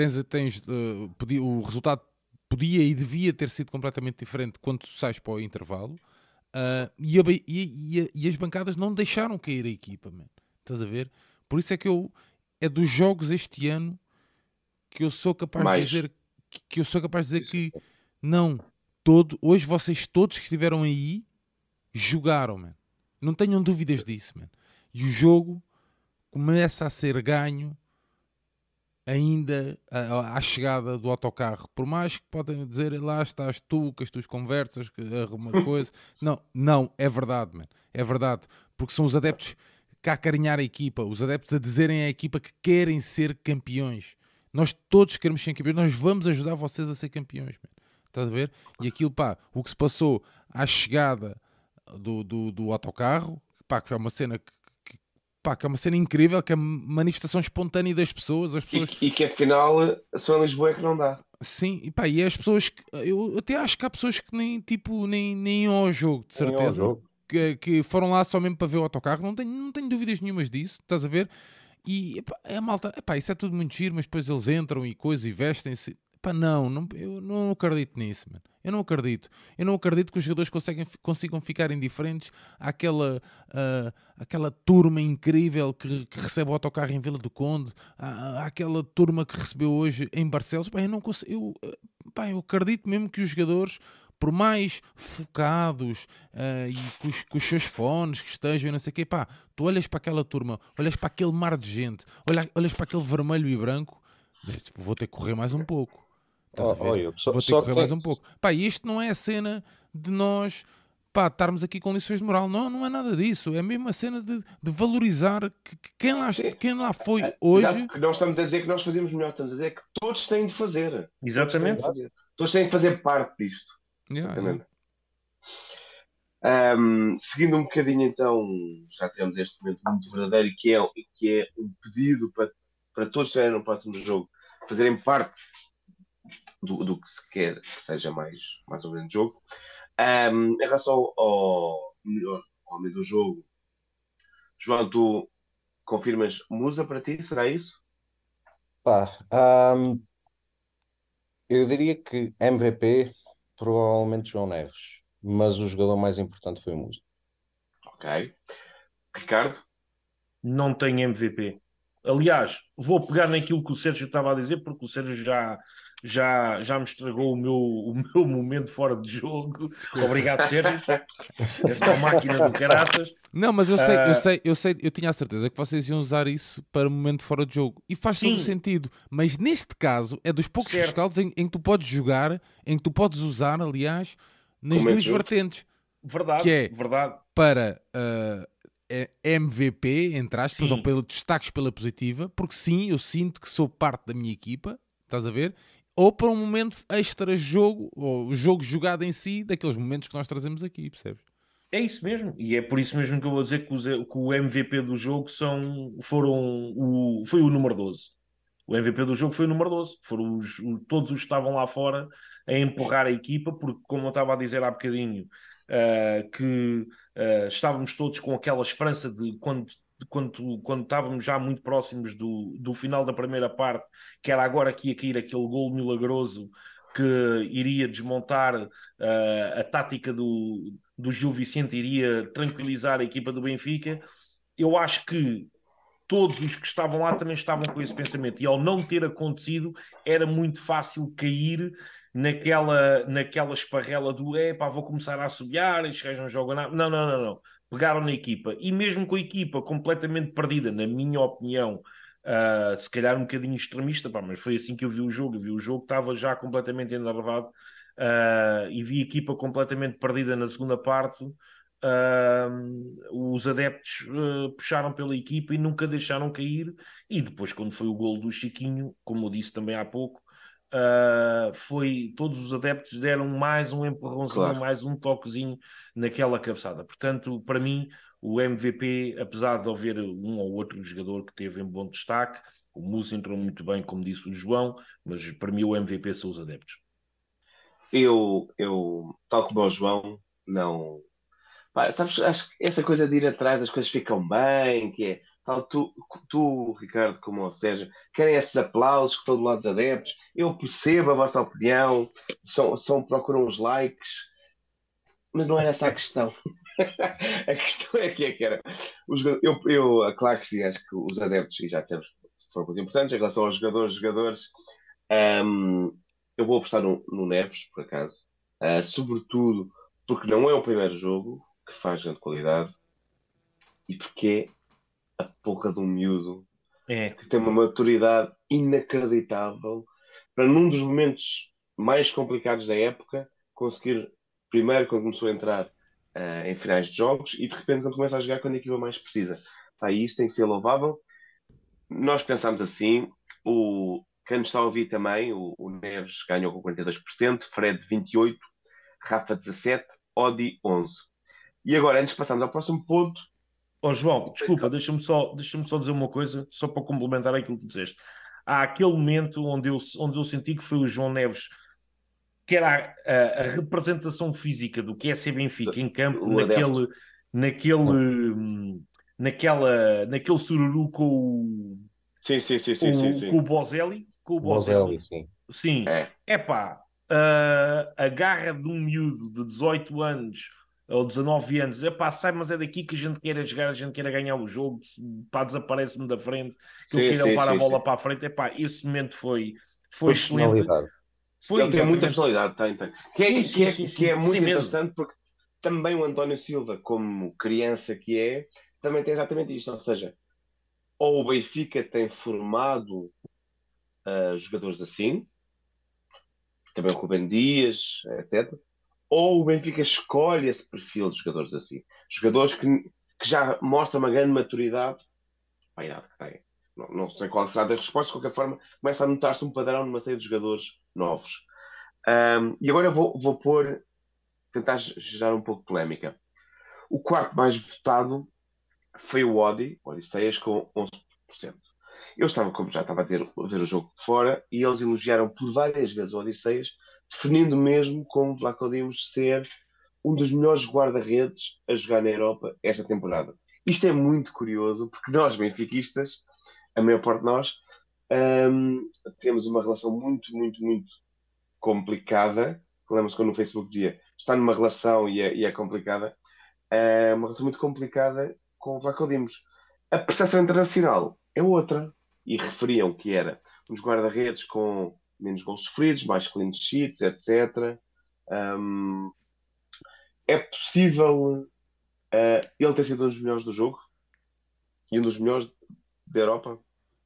O resultado podia e devia ter sido completamente diferente quando tu sais para o intervalo, e as bancadas não deixaram cair a equipa, man. Estás a ver? Por isso é que é dos jogos este ano que eu sou capaz de Mais. dizer que eu sou capaz de dizer Sim, sim, que sim. não, hoje vocês todos que estiveram aí jogaram, man. Não tenham dúvidas disso, man. E o jogo começa a ser ganho ainda à chegada do autocarro. Por mais que podem dizer lá estás tu, com as tuas conversas, que uma coisa. Não, não, é verdade, man. É verdade. Porque são os adeptos que a acarinhar a equipa, os adeptos a dizerem à equipa que querem ser campeões. Nós todos queremos ser campeões, nós vamos ajudar vocês a ser campeões, man. Estás a ver? E aquilo, pá, o que se passou à chegada do autocarro, pá, que é uma cena pá, que é uma cena incrível, que é a manifestação espontânea das pessoas, as pessoas, E que afinal só em Lisboa é que não dá. sim, e pá, e é as pessoas que, eu até acho que há pessoas que nem, tipo, nem iam ao jogo, de Ganham o certeza, jogo. que foram lá só mesmo para ver o autocarro, não tenho dúvidas nenhumas disso, estás a ver? E epá, a malta, epá, isso é tudo muito giro, mas depois eles entram e coisas e vestem-se. Epá, não, eu não acredito nisso, mano. Eu não acredito. Eu não acredito que os jogadores consigam ficar indiferentes àquela turma incrível que recebe o autocarro em Vila do Conde, àquela turma que recebeu hoje em Barcelos. Epá, eu não consigo, eu acredito mesmo que os jogadores, por mais focados e com os seus fones que estejam e não sei o quê, pá, tu olhas para aquela turma, olhas para aquele mar de gente, olhas para aquele vermelho e branco, dizes, vou ter que correr mais um pouco. Estás a ver? Olha, Vou ter que só correr mais um pouco. Pá, e isto não é a cena de nós, pá, estarmos aqui com lições de moral. Não, não é nada disso. É mesmo a cena de valorizar que Sim, quem lá foi exato, hoje. porque nós estamos a dizer que nós fazemos melhor, estamos a dizer que todos têm de fazer. Todos têm de Exatamente. fazer. Todos têm de fazer parte disto. Yeah, yeah. Exatamente. Seguindo um bocadinho então, já tivemos este momento muito verdadeiro que é um pedido para todos que estiverem no próximo jogo fazerem parte do que se quer que seja mais ou menos jogo. Em relação ao meio do jogo, João, tu confirmas Musa para ti? Será isso? pá, Eu diria que MVP, provavelmente João Neves, mas o jogador mais importante foi o Musa. Ok. Ricardo? Não tem MVP. Aliás, vou pegar naquilo que o Sérgio estava a dizer, porque o Sérgio já me estragou o meu momento fora de jogo. Obrigado, Sérgio. És uma máquina do caraças. Não, mas eu sei, eu Ah, sei, eu sei, eu tinha a certeza que vocês iam usar isso para momento fora de jogo. E faz todo o sim, sentido. Mas neste caso é dos poucos certo. rescaldos em que tu podes jogar, em que tu podes usar, aliás, nas Comento duas junto. vertentes. Que Verdade, é verdade. para MVP, entre aspas, ou Sim, pelo destaques pela positiva, porque sim, eu sinto que sou parte da minha equipa, estás a ver? Ou para um momento extra jogo, ou jogo jogado em si, daqueles momentos que nós trazemos aqui, percebes? é isso mesmo. E é por isso mesmo que eu vou dizer que o MVP do jogo foi o número 12. O MVP do jogo foi o número 12. Foram todos os que estavam lá fora a empurrar a equipa, porque, como eu estava a dizer há bocadinho, que estávamos todos com aquela esperança de quando estávamos já muito próximos do final da primeira parte, que era agora que ia cair aquele gol milagroso que iria desmontar a tática do Gil Vicente, iria tranquilizar a equipa do Benfica. Eu acho que todos os que estavam lá também estavam com esse pensamento. E ao não ter acontecido, era muito fácil cair naquela esparrela do epá, vou começar a assobiar, estes gajos não jogam nada. Não, não, não, não. Pegaram na equipa. E mesmo com a equipa completamente perdida, na minha opinião, se calhar um bocadinho extremista, pá, mas foi assim que eu vi o jogo. Eu vi o jogo, estava já completamente enervado. E vi a equipa completamente perdida na segunda parte. Os adeptos puxaram pela equipa e nunca deixaram cair. E depois, quando foi o golo do Chiquinho, como eu disse também há pouco, todos os adeptos deram mais um empurrãozinho, Claro. mais um toquezinho naquela cabeçada. Portanto, para mim, o MVP, apesar de haver um ou outro jogador que teve em bom destaque, o Musa entrou muito bem, como disse o João, mas para mim o MVP são os adeptos. Tal como o João, não. Pá, sabes, acho que essa coisa de ir atrás, as coisas ficam bem, que é tal, Ricardo, como o Sérgio, querem esses aplausos que estão do lado dos adeptos. Eu percebo a vossa opinião, procuram os likes, mas não era essa a questão. A questão é que era. Claro que sim, acho que os adeptos, e já dissemos, foram muito importantes. Em relação aos jogadores, hum, eu vou apostar no Neves, por acaso. Sobretudo porque não é o primeiro jogo que faz grande qualidade e porque é a porra de um miúdo É, que tem uma maturidade inacreditável para, num dos momentos mais complicados da época, conseguir, primeiro, quando começou a entrar em finais de jogos e, de repente, quando começa a jogar quando a equipa mais precisa. Pá, isso tem que ser louvável. Nós pensámos assim, quem nos está a ouvir também, o Neves ganhou com 42%, Fred 28%, Rafa 17%, Odi 11%. E agora, antes de passarmos ao próximo ponto, ó João, desculpa, deixa-me só dizer uma coisa, só para complementar aquilo que tu disseste. Há aquele momento onde eu senti que foi o João Neves, que era a representação física do que é ser Benfica em campo, o adepto. naquele, hum, naquele sururu Sim, sim, sim, sim, sim, com sim. o Bozelli, com o Bozelli, Bozelli, sim. sim, É, epá, a garra de um miúdo de 18 anos ou 19 anos, epá, sai, mas é daqui que a gente queira jogar, a gente queira ganhar o jogo, pá, desaparece-me da frente, que eu sim, queira sim, levar a sim, bola sim. para a frente, epá, esse momento foi excelente, Personalidade. foi Ele tem muita exatamente, personalidade, tem. Que sim, é, que sim, é, sim, que é sim, sem muito medo, interessante porque também o António Silva, como criança que é, também tem exatamente isto. Ou seja, ou o Benfica tem formado jogadores assim, também o Rubem Dias, etc. Ou o Benfica escolhe esse perfil de jogadores assim. Jogadores que já mostram uma grande maturidade para a idade que têm. Não sei qual será a resposta, de qualquer forma, começa a notar-se um padrão numa série de jogadores novos. E agora vou tentar gerar um pouco de polémica. O quarto mais votado foi o Odisseias, com 11%. Eu estava, como já estava a ver o jogo de fora, e eles elogiaram por várias vezes o Odisseias, definindo mesmo como Vlaco Dimos ser um dos melhores guarda-redes a jogar na Europa esta temporada. Isto é muito curioso, porque nós, benfiquistas, a maior parte de nós, temos uma relação muito, muito, muito complicada. Lembro-se quando no Facebook dizia está numa relação e é complicada. É uma relação muito complicada com o Vlaco Dimos. A percepção internacional é outra. E referiam que era uns guarda-redes com menos gols sofridos, mais clean sheets, etc. Um, é possível ele ter sido um dos melhores do jogo e um dos melhores da Europa?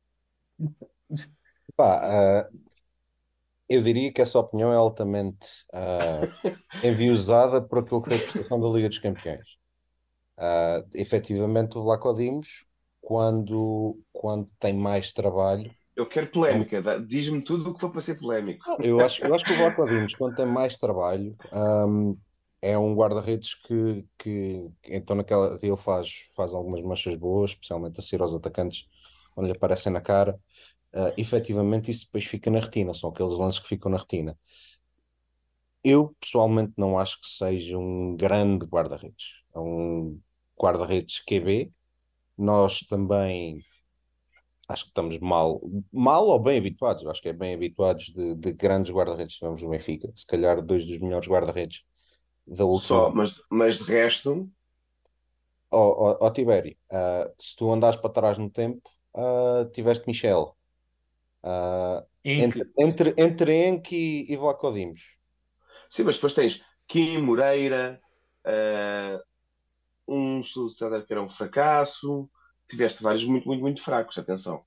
Pá, eu diria que essa opinião é altamente enviosada por aquilo que foi a prestação da Liga dos Campeões. Efetivamente, o Vlaco Dimos, quando tem mais trabalho, Eu quero polémica. Diz-me tudo o que for para ser polémico. eu acho que o Vlaco Dimos, quando tem mais trabalho, é um guarda-redes que então naquela ele faz algumas manchas boas, especialmente a seguir aos atacantes, quando lhe aparecem na cara. Efetivamente, isso depois fica na retina, são aqueles lances que ficam na retina. Eu pessoalmente não acho que seja um grande guarda-redes. É um guarda-redes QB. Nós também acho que estamos mal ou bem habituados. Eu acho que é bem habituados de grandes guarda-redes que tivemos no Benfica. Se calhar dois dos melhores guarda-redes da Só, última. mas de resto, Ó Tibério, se tu andares para trás no tempo, tiveste Michel. Em Entre, que entre, entre Enki e Vlaco Dimos. sim, mas depois tens Kim Moreira, uh, um César que era um fracasso. Tiveste vários muito, muito, muito fracos, atenção.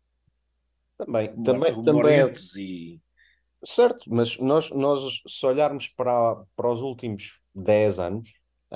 Também é Moretos e certo, mas nós se olharmos para os últimos 10 anos,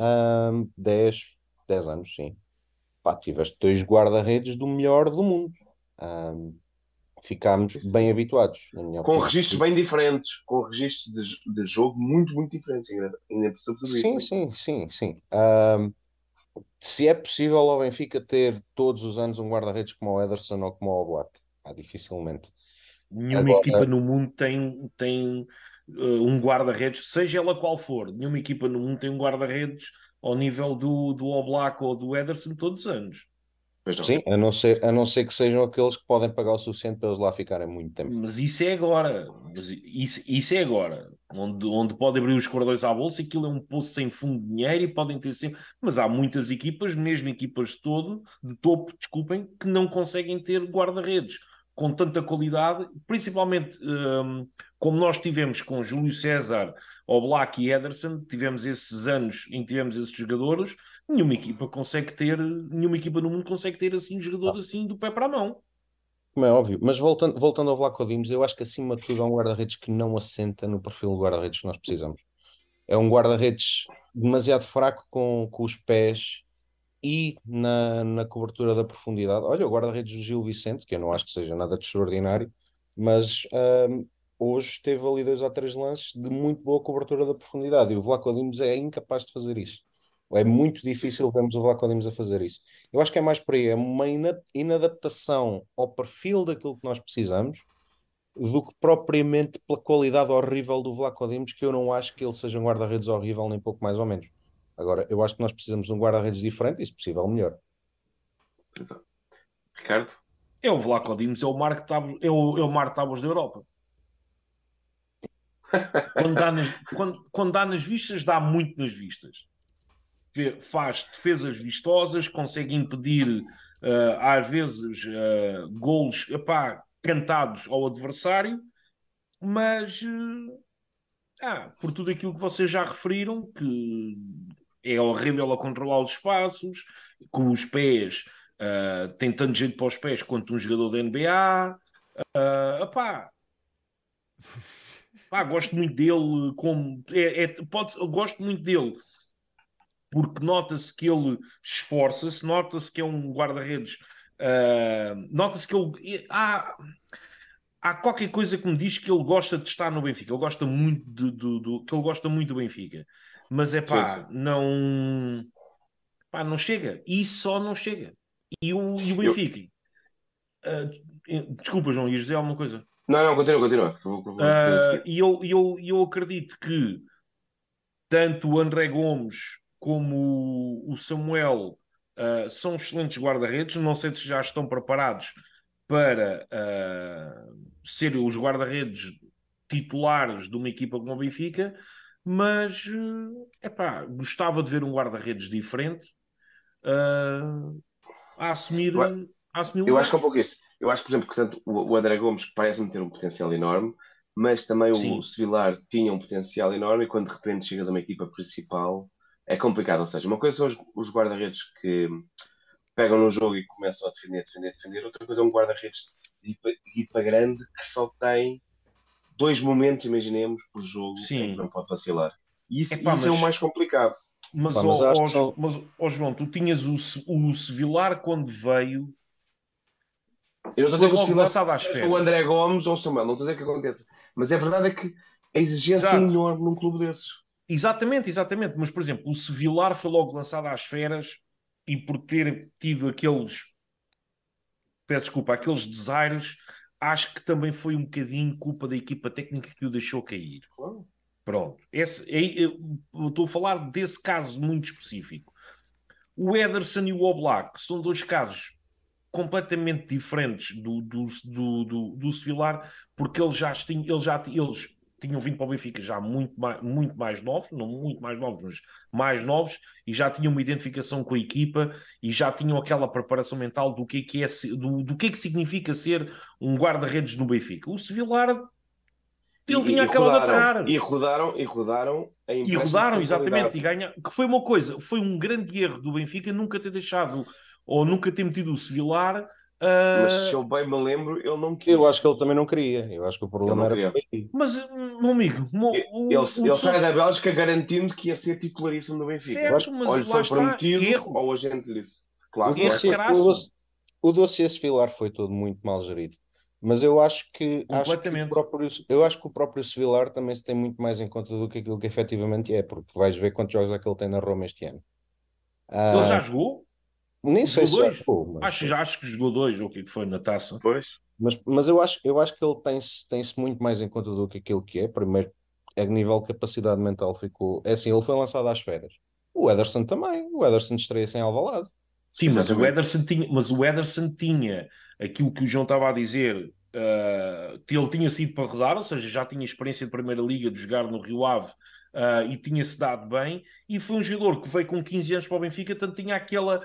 10 anos, sim, pá, tiveste dois guarda-redes do melhor do mundo. Ahm, Ficámos bem habituados, na minha Com opinião. registros bem diferentes, com registros de jogo muito, muito diferentes, ainda por cima de tudo Sim, isso. sim, sim, sim. Se é possível ao Benfica ter todos os anos um guarda-redes como o Ederson ou como o Oblak, dificilmente. nenhuma equipa Agora, no mundo tem um guarda-redes, seja ela qual for, nenhuma equipa no mundo tem um guarda-redes ao nível do Oblak ou do Ederson todos os anos. Pois não. sim, a não ser que sejam aqueles que podem pagar o suficiente para eles lá ficarem muito tempo. Mas isso é agora. Mas isso é agora. Onde pode abrir os cordões à bolsa, aquilo é um poço sem fundo de dinheiro e podem ter sempre. Mas há muitas equipas, mesmo equipas de topo, desculpem, que não conseguem ter guarda-redes com tanta qualidade, principalmente como nós tivemos com Júlio César, Oblak e Ederson, tivemos esses anos em que tivemos esses jogadores, nenhuma equipa no mundo consegue ter assim jogadores assim do pé para a mão. Como é óbvio, mas voltando ao Vlaco Dimos, eu acho que acima de tudo é um guarda-redes que não assenta no perfil de guarda-redes que nós precisamos. É um guarda-redes demasiado fraco com os pés e na cobertura da profundidade. Olha, o guarda-redes do Gil Vicente, que eu não acho que seja nada de extraordinário, mas hoje teve ali dois ou três lances de muito boa cobertura da profundidade e o Vlaco Dimos é incapaz de fazer isso. É muito difícil vermos o Vlaco Dimos a fazer isso. Eu acho que é mais por aí, é uma inadaptação ao perfil daquilo que nós precisamos do que propriamente pela qualidade horrível do Vlaco Dimos, que eu não acho que ele seja um guarda-redes horrível, nem pouco mais ou menos. Agora, eu acho que nós precisamos de um guarda-redes diferente e, se possível, melhor. Ricardo? É o Vlaco Dimos, é o Marco Tábuas da Europa. Quando dá nas vistas, dá muito nas vistas. Faz defesas vistosas, consegue impedir, às vezes, golos, epá, cantados ao adversário, mas por tudo aquilo que vocês já referiram, que é horrível a controlar os espaços, com os pés, tem tanto jeito para os pés quanto um jogador da NBA. Epá, gosto muito dele como gosto muito dele porque nota-se que ele esforça-se, nota-se que é um guarda-redes, nota-se que ele há qualquer coisa que me diz que ele gosta de estar no Benfica, ele gosta muito que ele gosta muito do Benfica, mas é Sim, sim. não chega, isso só não chega. E o Eu... Benfica, desculpa, João, ias dizer alguma coisa? Não, não, continua, continua. Que eu vou dizer a seguir. E eu acredito que tanto o André Gomes como o Samuel são excelentes guarda-redes. Não sei se já estão preparados para ser os guarda-redes titulares de uma equipa como o Benfica, mas gostava de ver um guarda-redes diferente a assumir, Eu, a assumir eu acho que é um lugares. pouco isso. Eu acho que, por exemplo, que tanto o André Gomes parece-me ter um potencial enorme, mas também o Sim, Sevilar tinha um potencial enorme e quando de repente chegas a uma equipa principal é complicado. Ou seja, uma coisa são os guarda-redes que pegam no jogo e começam a defender, defender, defender. Outra coisa é um guarda-redes de equipa grande que só tem dois momentos, imaginemos, por jogo em que sim. não pode vacilar. E Epá, isso é o mais complicado. Pá, mas eu acho que são. João, tu tinhas o Sevilar quando veio, Eu não estou a foi dizer que o logo Sevilar lançado às seja o feras. André Gomes ou o Samuel, não estou a dizer que aconteça. Mas é verdade é que a exigência é Exato. enorme num clube desses. Exatamente, exatamente. Mas, por exemplo, o Sevilar foi logo lançado às feras e por ter tido peço desculpa, aqueles desaires, acho que também foi um bocadinho culpa da equipa técnica que o deixou cair. Claro. Pronto. Eu estou a falar desse caso muito específico. O Ederson e o Oblak são dois casos completamente diferentes do Sevilar, porque eles tinham vindo para o Benfica já muito mais novos, não muito mais novos, mas mais novos, e já tinham uma identificação com a equipa e já tinham aquela preparação mental do que é que significa ser um guarda-redes no Benfica. O Sevilar, ele tinha E acabado de rodaram, aterrar. e rodaram em E empréstimos rodaram, com exatamente, qualidade. e ganhar, que foi uma coisa, foi um grande erro do Benfica nunca ter deixado ou nunca ter metido o Sevilar. Mas se ah, eu bem me lembro, ele não Eu acho quis. que ele também não queria. Eu acho que o Ele problema não era por queria. aí. mas, meu amigo, Ele, o ele sai Sousa, da Bélgica garantindo que ia ser titularíssimo do Benfica. Eu acho certo, que Ou mas lhe lá foi está, prometido, erro, ou a gente lhe disse. o Claro, claro, erro claro. crasso, o dossiê Sevilar foi todo muito mal gerido. Mas eu acho que completamente. eu acho que o próprio Sevilar também se tem muito mais em conta do que aquilo que efetivamente é, porque vais ver quantos jogos é que ele tem na Roma este ano. Ele Ah, já jogou? nem sei Jogou se já dois? jogou, Acho que jogou dois, ou o que é que foi na taça. Pois. mas eu acho que ele tem-se muito mais em conta do que aquilo que é. Primeiro, a nível de capacidade mental ficou. É assim, ele foi lançado às férias. O Ederson também. O Ederson estreia-se em Alvalade. Sim, Exatamente. Mas o Ederson tinha aquilo que o João estava a dizer, ele tinha sido para rodar, ou seja, já tinha experiência de Primeira Liga, de jogar no Rio Ave, e tinha-se dado bem, e foi um jogador que veio com 15 anos para o Benfica, tanto tinha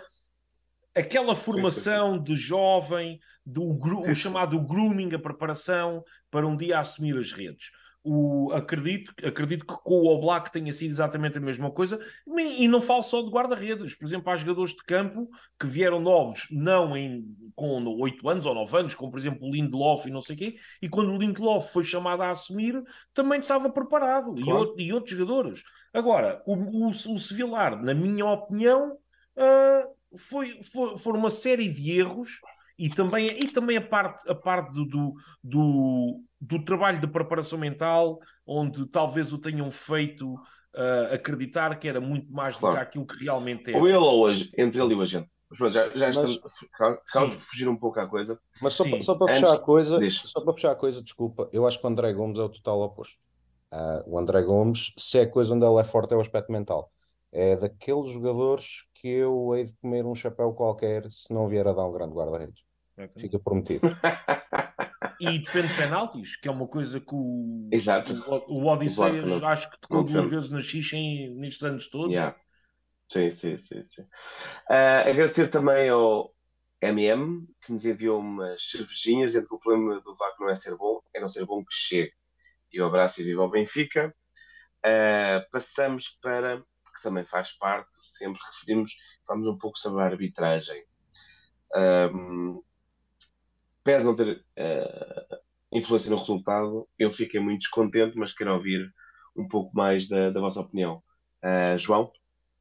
aquela Sim, sim, sim. formação de jovem, o Sim, sim. chamado grooming, a preparação para um dia assumir as redes. Acredito que com o Oblak tenha sido exatamente a mesma coisa, e não falo só de guarda-redes. Por exemplo, há jogadores de campo que vieram novos, com 8 anos ou 9 anos, como por exemplo o Lindelof e não sei o quê, e quando o Lindelof foi chamado a assumir, também estava preparado, Claro. e outros jogadores. Agora, o Sevilar, na minha opinião, uh, foram uma série de erros e também a parte do trabalho de preparação mental, onde talvez o tenham feito acreditar que era muito mais do que Claro. aquilo que realmente Ou ele era. ou hoje, entre ele e o agente. Mas pronto, já Mas, estamos. Acabamos Sim, por fugir um pouco à coisa. mas sim, só para fechar a Antes, coisa, diz. desculpa, eu acho que o André Gomes é o total oposto. O André Gomes, se é coisa onde ele é forte, é o aspecto mental. É daqueles jogadores que eu hei de comer um chapéu qualquer se não vier a dar um grande guarda-redes. Fica prometido. e defende penaltis, que é uma coisa que Exato. o O Vlaco Odisseias acho que tocou não duas defende. vezes na xixa nestes anos todos. Yeah. Sim, sim, sim, sim. Agradecer também ao MM, que nos enviou umas cervejinhas, dizendo que o problema do VAC não é ser bom, é não ser bom que chegue. E um abraço e viva ao Benfica. Passamos para, que também faz parte, sempre referimos, falamos um pouco sobre a arbitragem. Pese não ter influência no resultado, eu fiquei muito descontente, mas quero ouvir um pouco mais da vossa opinião. João?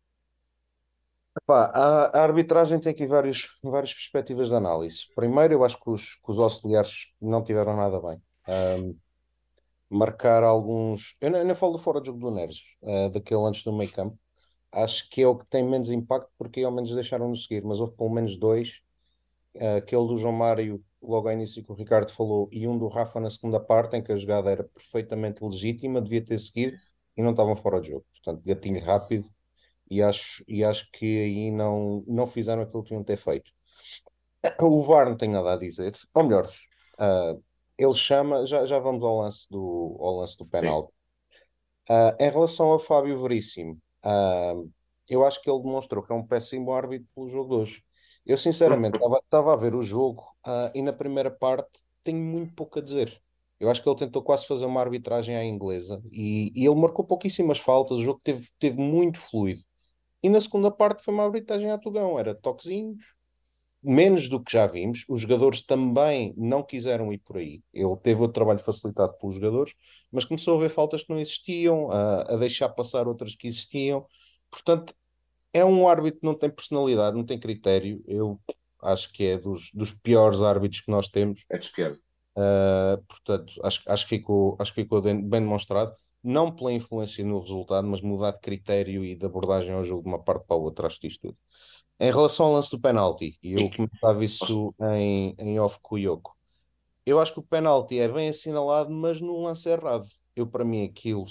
Pá, a arbitragem tem aqui várias perspectivas de análise. Primeiro, eu acho que os auxiliares não tiveram nada bem. Marcar alguns. Eu não falo do fora de jogo do Neres, daquele antes do meio campo. Acho que é o que tem menos impacto porque ao menos deixaram-nos seguir, mas houve pelo menos dois. Aquele do João Mário, logo ao início que o Ricardo falou, e um do Rafa na segunda parte, em que a jogada era perfeitamente legítima, devia ter seguido e não estavam fora de jogo. Portanto, gatilho rápido e acho que aí não fizeram aquilo que tinham de ter feito. O VAR não tem nada a dizer, ou melhor, ele chama, já vamos ao lance do Sim. penalti. Em relação a Fábio Veríssimo, eu acho que ele demonstrou que é um péssimo árbitro pelo jogo de hoje. Eu, sinceramente, estava a ver o jogo, e na primeira parte tenho muito pouco a dizer. Eu acho que ele tentou quase fazer uma arbitragem à inglesa e ele marcou pouquíssimas faltas, o jogo teve muito fluido. E na segunda parte foi uma arbitragem a tugão, era toquezinhos, menos do que já vimos. Os jogadores também não quiseram ir por aí. Ele teve o trabalho facilitado pelos jogadores, mas começou a ver faltas que não existiam, a deixar passar outras que existiam. Portanto, é um árbitro que não tem personalidade, não tem critério. Eu acho que é dos piores árbitros que nós temos. É despiado. Portanto, acho que ficou bem demonstrado. Não pela influência no resultado, mas mudar de critério e de abordagem ao jogo de uma parte para a outra, acho que isto tudo. Em relação ao lance do penalti, e eu comentava isso em off com o Yoko, eu acho que o penalti é bem assinalado, mas no lance errado. Eu, para mim, aquilo,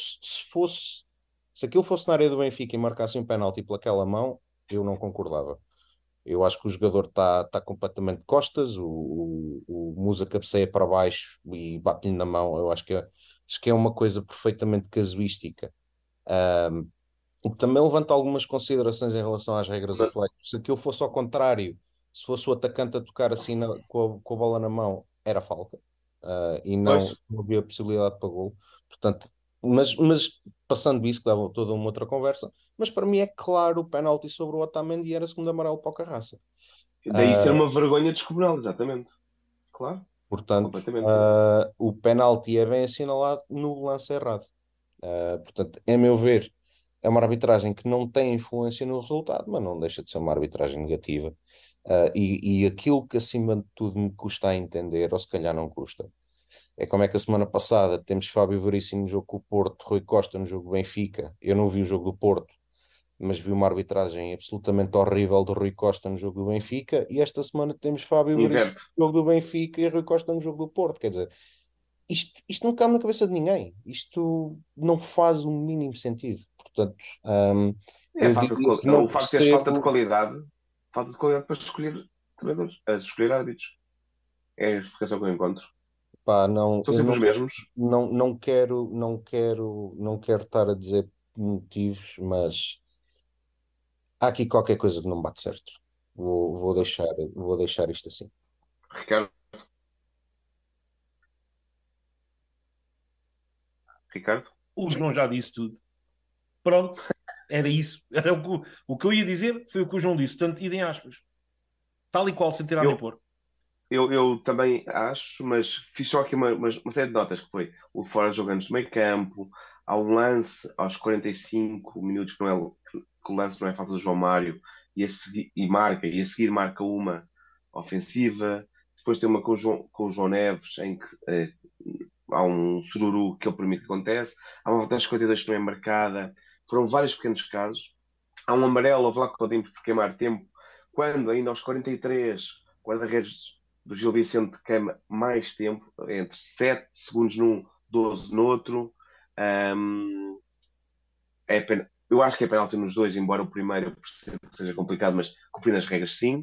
se aquilo fosse na área do Benfica e marcasse um penalti pelaquela mão, eu não concordava. Eu acho que o jogador está completamente de costas, o Musa cabeceia para baixo e bate-lhe na mão. Eu acho que é uma coisa perfeitamente casuística. O que também levanta algumas considerações em relação às regras Mas, atuais. Se aquilo fosse ao contrário, se fosse o atacante a tocar assim com a bola na mão, era falta. E pois, não havia possibilidade para golo. Portanto, mas passando isso, que dava toda uma outra conversa, mas para mim é claro o penalti sobre o Otamendi era segundo amarelo para o Carraça. daí ser uma vergonha descomunal, exatamente. Claro, Portanto, completamente. o penalti é bem assinalado no lance errado. Portanto, a meu ver, é uma arbitragem que não tem influência no resultado, mas não deixa de ser uma arbitragem negativa. E aquilo que acima de tudo me custa a entender, ou se calhar não custa, é como é que a semana passada temos Fábio Veríssimo no jogo com o Porto, Rui Costa no jogo do Benfica. Eu não vi o jogo do Porto, mas vi uma arbitragem absolutamente horrível do Rui Costa no jogo do Benfica. E esta semana temos Fábio Veríssimo Inverte. no jogo do Benfica e Rui Costa no jogo do Porto. Quer dizer, isto não cabe na cabeça de ninguém. Isto não faz o mínimo sentido. Portanto, É a eu falta diria que o não facto de teres percebo. falta de qualidade para escolher treinadores, a escolher árbitros. É a explicação que eu encontro. Pá, não, São eu sempre não, os mesmos. não quero estar a dizer motivos, mas há aqui qualquer coisa que não bate certo. Vou deixar isto assim. Ricardo, Ricardo, O João já disse tudo. Pronto, era isso. Era o que eu ia dizer foi o que o João disse. Portanto, idem aspas. Tal e qual, sem tirar nem eu, pôr. eu também acho, mas fiz só aqui uma série de notas, que foi o fora jogando de meio campo, há um lance aos 45 minutos, que o lance não é falta do João Mário, e a seguir marca uma ofensiva, depois tem uma com o João Neves, em que há um sururu que ele permite que acontece, há uma falta aos 52 que não é marcada, foram vários pequenos casos, há um amarelo ao Vlaco Dimos por queimar tempo, quando ainda aos 43 o guarda-redes do Gil Vicente queima mais tempo, entre 7 segundos num, 12 no outro. Eu acho que é penalti nos dois, embora o primeiro eu perceba que seja complicado, mas cumprindo as regras, sim.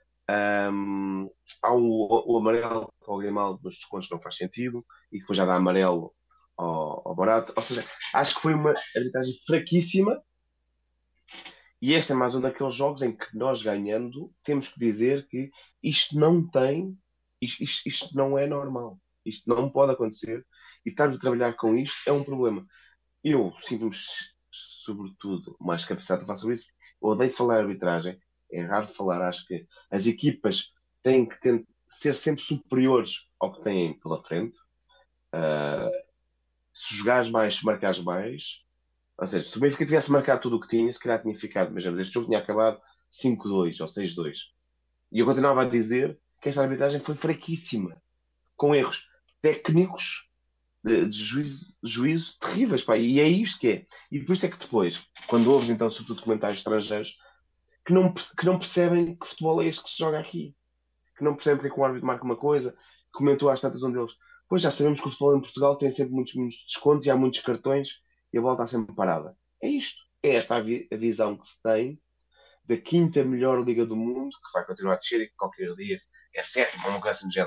Há o amarelo ao Grimaldo nos descontos, não faz sentido, e depois já dá amarelo ao Barato. Ou seja, acho que foi uma arbitragem fraquíssima. E este é mais um daqueles jogos em que nós ganhando temos que dizer que isto não tem, isto não é normal. Isto não pode acontecer. E estarmos a trabalhar com isto é um problema. Eu sinto-me, sobretudo, mais capacidade de falar sobre isso. Eu odeio falar em arbitragem. É raro falar. Acho que as equipas têm que ser sempre superiores ao que têm pela frente. Uh, Se jogares mais, se marcares mais, ou seja, se o Benfica tivesse marcado tudo o que tinha, se calhar tinha ficado, mas este jogo tinha acabado 5-2 ou 6-2. E eu continuava a dizer que esta arbitragem foi fraquíssima, com erros técnicos de juízo terríveis. Pá. E é isto que é. E por isso é que depois, quando ouves então, sobretudo comentários estrangeiros, que não percebem que futebol é este que se joga aqui, que não percebem porque é que um árbitro marca uma coisa, comentou às tantas um deles. Pois já sabemos que o futebol em Portugal tem sempre muitos descontos e há muitos cartões e a bola está sempre parada. É isto. É esta a visão que se tem da quinta melhor liga do mundo, que vai continuar a descer e que qualquer dia é sétima, uma coisa assim do género.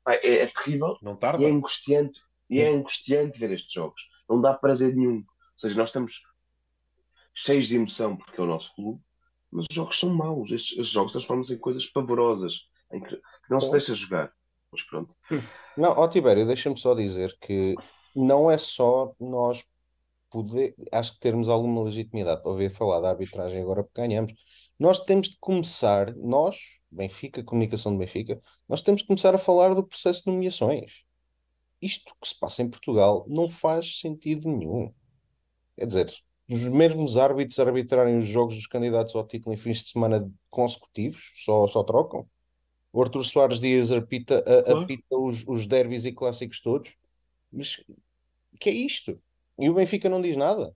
Pá, é terrível Não e é tarda? angustiante. E é angustiante ver estes jogos. Não dá prazer nenhum. Ou seja, nós estamos cheios de emoção porque é o nosso clube, mas os jogos são maus. Estes jogos transformam-se em coisas pavorosas, que não se Sim. deixa jogar. Mas pronto. Não, ó Tibério, deixa-me só dizer que não é só nós poder, acho que termos alguma legitimidade para ouvir falar da arbitragem agora porque ganhamos. Nós temos de começar, nós, Benfica, Comunicação de Benfica, nós temos de começar a falar do processo de nomeações. Isto que se passa em Portugal não faz sentido nenhum. Quer dizer, os mesmos árbitros arbitrarem os jogos dos candidatos ao título em fins de semana consecutivos, só trocam. O Artur Soares Dias Claro. apita os derbys e clássicos todos. Mas o que é isto? E o Benfica não diz nada.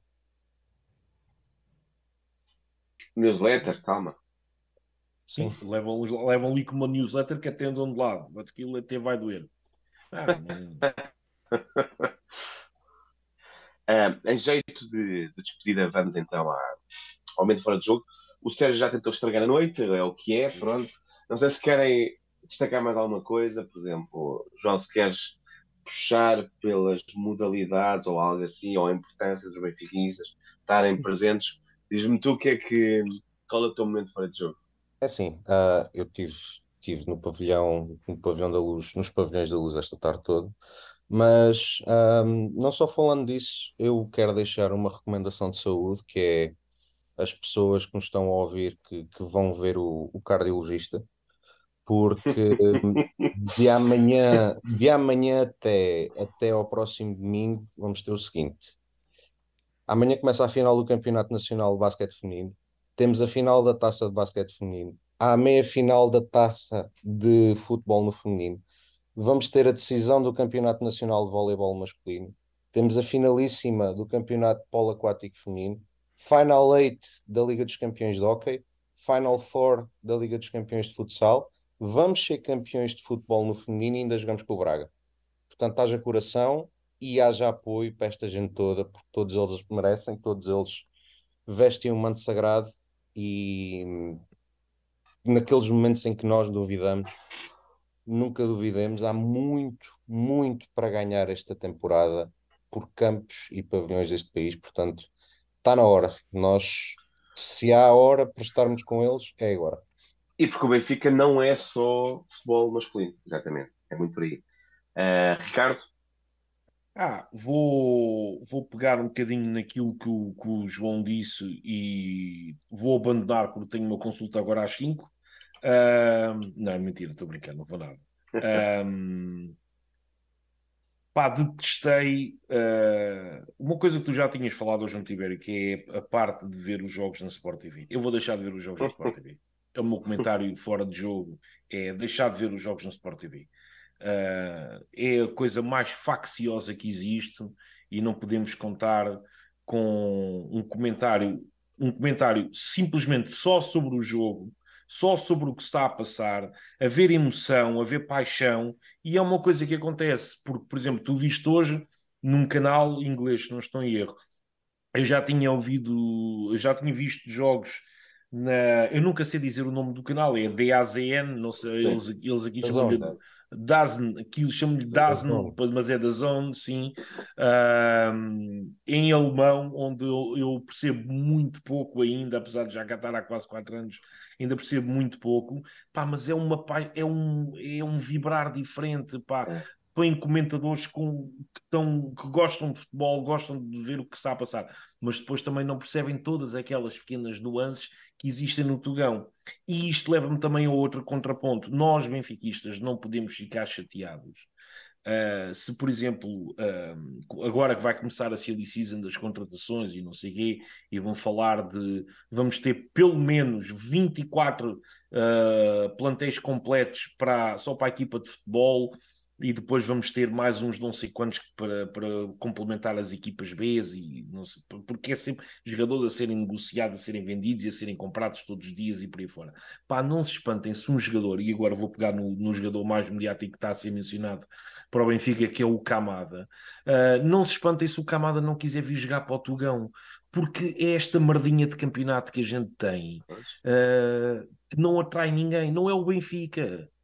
Newsletter, calma. Sim. Sim, levam ali com uma newsletter que até andam de lado, mas aquilo até vai doer. Não. Em jeito de despedida, vamos então ao momento fora de jogo. O Sérgio já tentou estragar a noite, é o que é, pronto. Não sei se querem destacar mais alguma coisa, por exemplo, João, se queres puxar pelas modalidades ou algo assim, ou a importância dos benfiquistas estarem presentes, diz-me tu o que é que. Qual é o teu momento fora de jogo? É assim, eu tive no pavilhão da Luz, nos pavilhões da Luz esta tarde toda, mas não só falando disso, eu quero deixar uma recomendação de saúde, que é as pessoas que nos estão a ouvir que vão ver o cardiologista, porque de amanhã até ao próximo domingo vamos ter o seguinte. Amanhã começa a final do Campeonato Nacional de Basquete Feminino. Temos a final da Taça de Basquete Feminino. Há a meia-final da Taça de Futebol no Feminino. Vamos ter a decisão do Campeonato Nacional de Voleibol Masculino. Temos a finalíssima do Campeonato de Polo Aquático Feminino. Final 8 da Liga dos Campeões de Hóquei. Final 4 da Liga dos Campeões de Futsal. Vamos ser campeões de futebol no feminino e ainda jogamos com o Braga. Portanto, haja coração e haja apoio para esta gente toda, porque todos eles merecem, todos eles vestem um manto sagrado e naqueles momentos em que nós duvidamos, nunca duvidemos, há muito, muito para ganhar esta temporada por campos e pavilhões deste país, portanto, está na hora. Nós, se há hora para estarmos com eles, é agora. E porque o Benfica não é só futebol masculino, exatamente. É muito por aí. Ricardo? Vou pegar um bocadinho naquilo que o João disse e vou abandonar porque tenho uma consulta agora às 5. Não, é mentira, estou brincando, não vou nada. Detestei uma coisa que tu já tinhas falado hoje no Tibério, que é a parte de ver os jogos na Sport TV. Eu vou deixar de ver os jogos na Sport TV. É o meu comentário fora de jogo, é deixar de ver os jogos na Sport TV. É a coisa mais facciosa que existe e não podemos contar com um comentário simplesmente só sobre o jogo, só sobre o que está a passar, haver emoção, haver paixão, e é uma coisa que acontece, porque, por exemplo, tu viste hoje num canal inglês, se não estou em erro, eu já tinha visto jogos eu nunca sei dizer o nome do canal, é DAZN, não sei, Sim. eles aqui Da chamam-lhe zona. DAZN, aqui chamam-lhe Da DAZN, zona. mas é da Zone, sim. Em alemão, onde eu percebo muito pouco ainda, apesar de já cá estar há quase 4 anos, ainda percebo muito pouco, mas é um vibrar diferente, pá. É. Põem comentadores que gostam de futebol, gostam de ver o que está a passar, mas depois também não percebem todas aquelas pequenas nuances que existem no Tugão. E isto leva-me também a outro contraponto. Nós, benfiquistas, não podemos ficar chateados. Se, por exemplo, agora que vai começar a silly season das contratações e não sei o quê, e vão falar vamos ter pelo menos 24 plantéis completos só para a equipa de futebol, e depois vamos ter mais uns não sei quantos para complementar as equipas B e não sei, porque é sempre jogadores a serem negociados, a serem vendidos e a serem comprados todos os dias e por aí fora. Não se espantem se um jogador, e agora vou pegar no jogador mais mediático que está a ser mencionado para o Benfica, que é o Camada. Não se espantem se o Camada não quiser vir jogar para o Tugão, porque é esta merdinha de campeonato que a gente tem, que não atrai ninguém, não é o Benfica.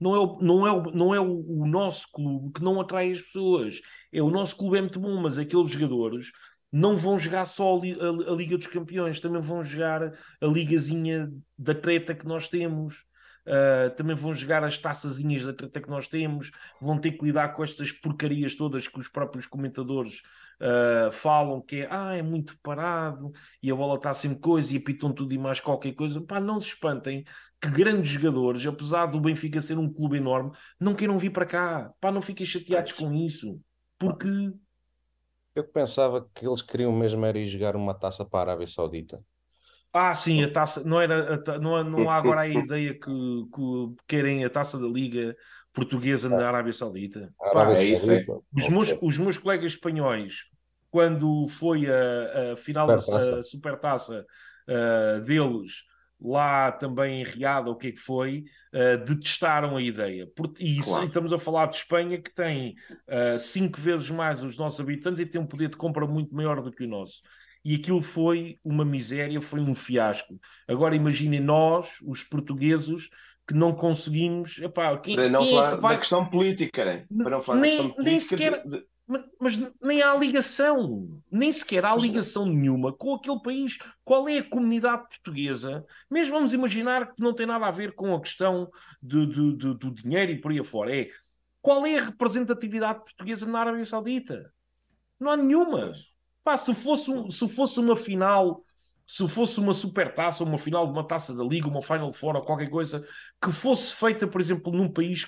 Não é o nosso clube que não atrai as pessoas. O nosso clube é muito bom, mas aqueles jogadores não vão jogar só a Liga dos Campeões, também vão jogar a ligazinha da treta que nós temos. Também vão jogar as taçazinhas da treta que nós temos, vão ter que lidar com estas porcarias todas que os próprios comentadores falam, que é muito parado e a bola está sempre coisa e apitam tudo e mais qualquer coisa. Pá, não se espantem que grandes jogadores, apesar do Benfica ser um clube enorme, não queiram vir para cá. Pá, não fiquem chateados com isso, porque Eu pensava que eles queriam mesmo era ir jogar uma taça para a Arábia Saudita. sim, a taça, não era, não há agora a ideia que querem a taça da Liga Portuguesa na Arábia Saudita. A Arábia Pá, É isso, é. Saudita, os meus, ok. os meus colegas espanhóis, quando foi a final da Supertaça. Supertaça deles, lá também em Riad, ou o que é que foi, detestaram a ideia. E Claro. estamos a falar de Espanha, que tem 5 vezes mais os nossos habitantes e tem um poder de compra muito maior do que o nosso. E aquilo foi uma miséria, foi um fiasco. Agora imaginem nós, os portugueses, que não conseguimos. Epá, Para não quem é que falar da vai. questão política, né? Para não falar da questão Nem política sequer. Mas nem há ligação, nem sequer há Mas ligação nenhuma com aquele país. Qual é a comunidade portuguesa? Mesmo vamos imaginar que não tem nada a ver com a questão do dinheiro e por aí afora. Qual é a representatividade portuguesa na Arábia Saudita? Não há nenhuma. pois, Pá, se fosse uma final, se fosse uma supertaça, uma final de uma taça da Liga, uma Final Four ou qualquer coisa, que fosse feita, por exemplo, num país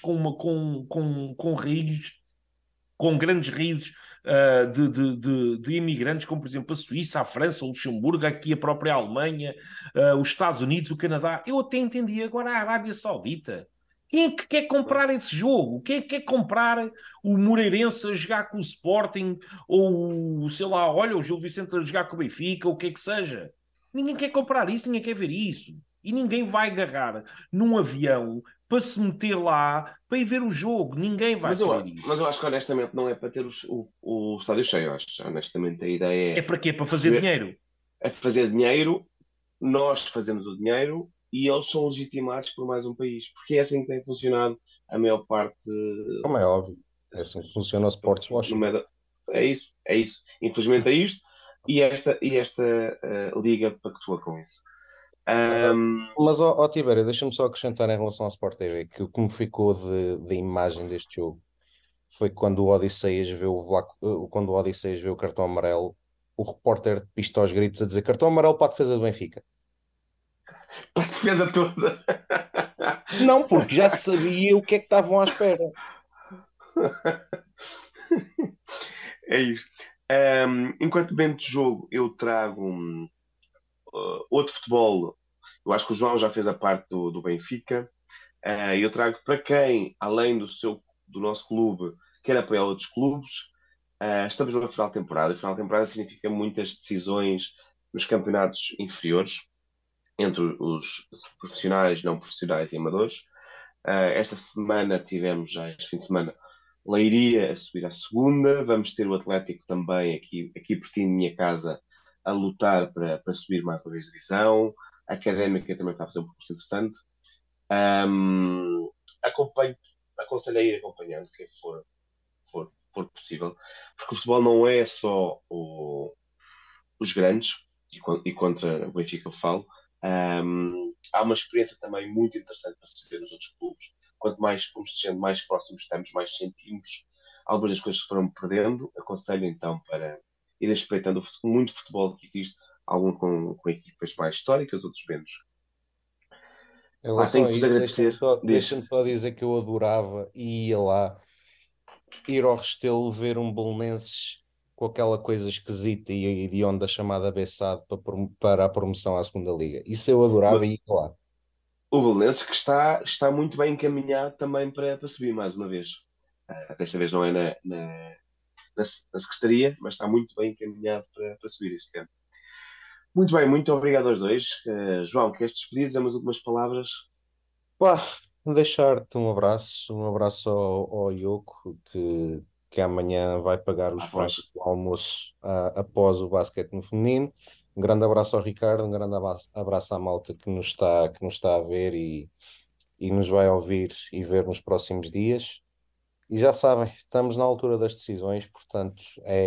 com raízes, com grandes raízes de imigrantes, como por exemplo a Suíça, a França, o Luxemburgo, aqui a própria Alemanha, os Estados Unidos, o Canadá, eu até entendi. Agora a Arábia Saudita. Quem é que quer comprar esse jogo? Quem é que quer comprar o Moreirense a jogar com o Sporting? Ou, sei lá, olha, o Gil Vicente a jogar com o Benfica, ou o que é que seja? Ninguém quer comprar isso, ninguém quer ver isso. E ninguém vai agarrar num avião para se meter lá para ir ver o jogo. Ninguém vai querer mas isso. eu acho que honestamente não é para ter o estádio cheio. Eu acho que honestamente a ideia É é para quê? Para fazer receber, dinheiro. é fazer dinheiro, nós fazemos o dinheiro e eles são legitimados por mais um país. Porque é assim que tem funcionado a maior parte Como é óbvio. É das assim que coisas. funciona o sports No washing. meio é isso, é isso. Infelizmente é isto e esta liga pactua com isso. Ahm, Mas, Tibério, deixa-me só acrescentar em relação ao Sport TV, que o que me ficou de imagem deste jogo foi quando o Odisseias vê quando o Odisseias vê o cartão amarelo, o repórter pista aos gritos a dizer cartão amarelo para a defesa do Benfica. para a defesa toda. Não, porque já sabia o que é que estavam à espera. É isto. Enquanto bem de jogo, eu trago outro futebol. Eu acho que o João já fez a parte do Benfica. Eu trago para quem, além do nosso clube, quer apoiar outros clubes. Estamos numa final de temporada. E final de temporada significa muitas decisões nos campeonatos inferiores, entre os profissionais, não profissionais e amadores. Esta semana tivemos, já este fim de semana, Leiria a subir à segunda. Vamos ter o Atlético também aqui pertinho da minha casa a lutar para subir mais uma vez a divisão. A Académica também está a fazer um percurso interessante. Um, acompanho, aconselho a ir acompanhando quem for possível, porque o futebol não é só os grandes, e contra o Benfica eu falo. Há uma experiência também muito interessante para se ver nos outros clubes. Quanto mais fomos descendo, mais próximos estamos, mais sentimos algumas das coisas que foram perdendo. Aconselho então para ir espreitando muito futebol que existe, algum com equipas mais históricas, outros menos. Em Pá, relação tenho a que vos isso, agradecer. Diz. deixa-me só dizer que eu adorava e ia lá ir ao Restelo ver um Belenenses com aquela coisa esquisita e de onda chamada Bessade para a promoção à segunda Liga. Isso eu adorava e ia lá. O Belenenses que está muito bem encaminhado também para subir mais uma vez. Desta vez não é na Secretaria, mas está muito bem encaminhado para subir este ano. Muito bem, muito obrigado aos dois. João, queres despedir? Dizer umas últimas palavras? Pá, deixar-te um abraço ao Yoko, que amanhã vai pagar os Após. francos do almoço após o basquete no feminino. Um grande abraço ao Ricardo, um grande abraço à malta que nos está a ver e nos vai ouvir e ver nos próximos dias. E já sabem, estamos na altura das decisões, portanto,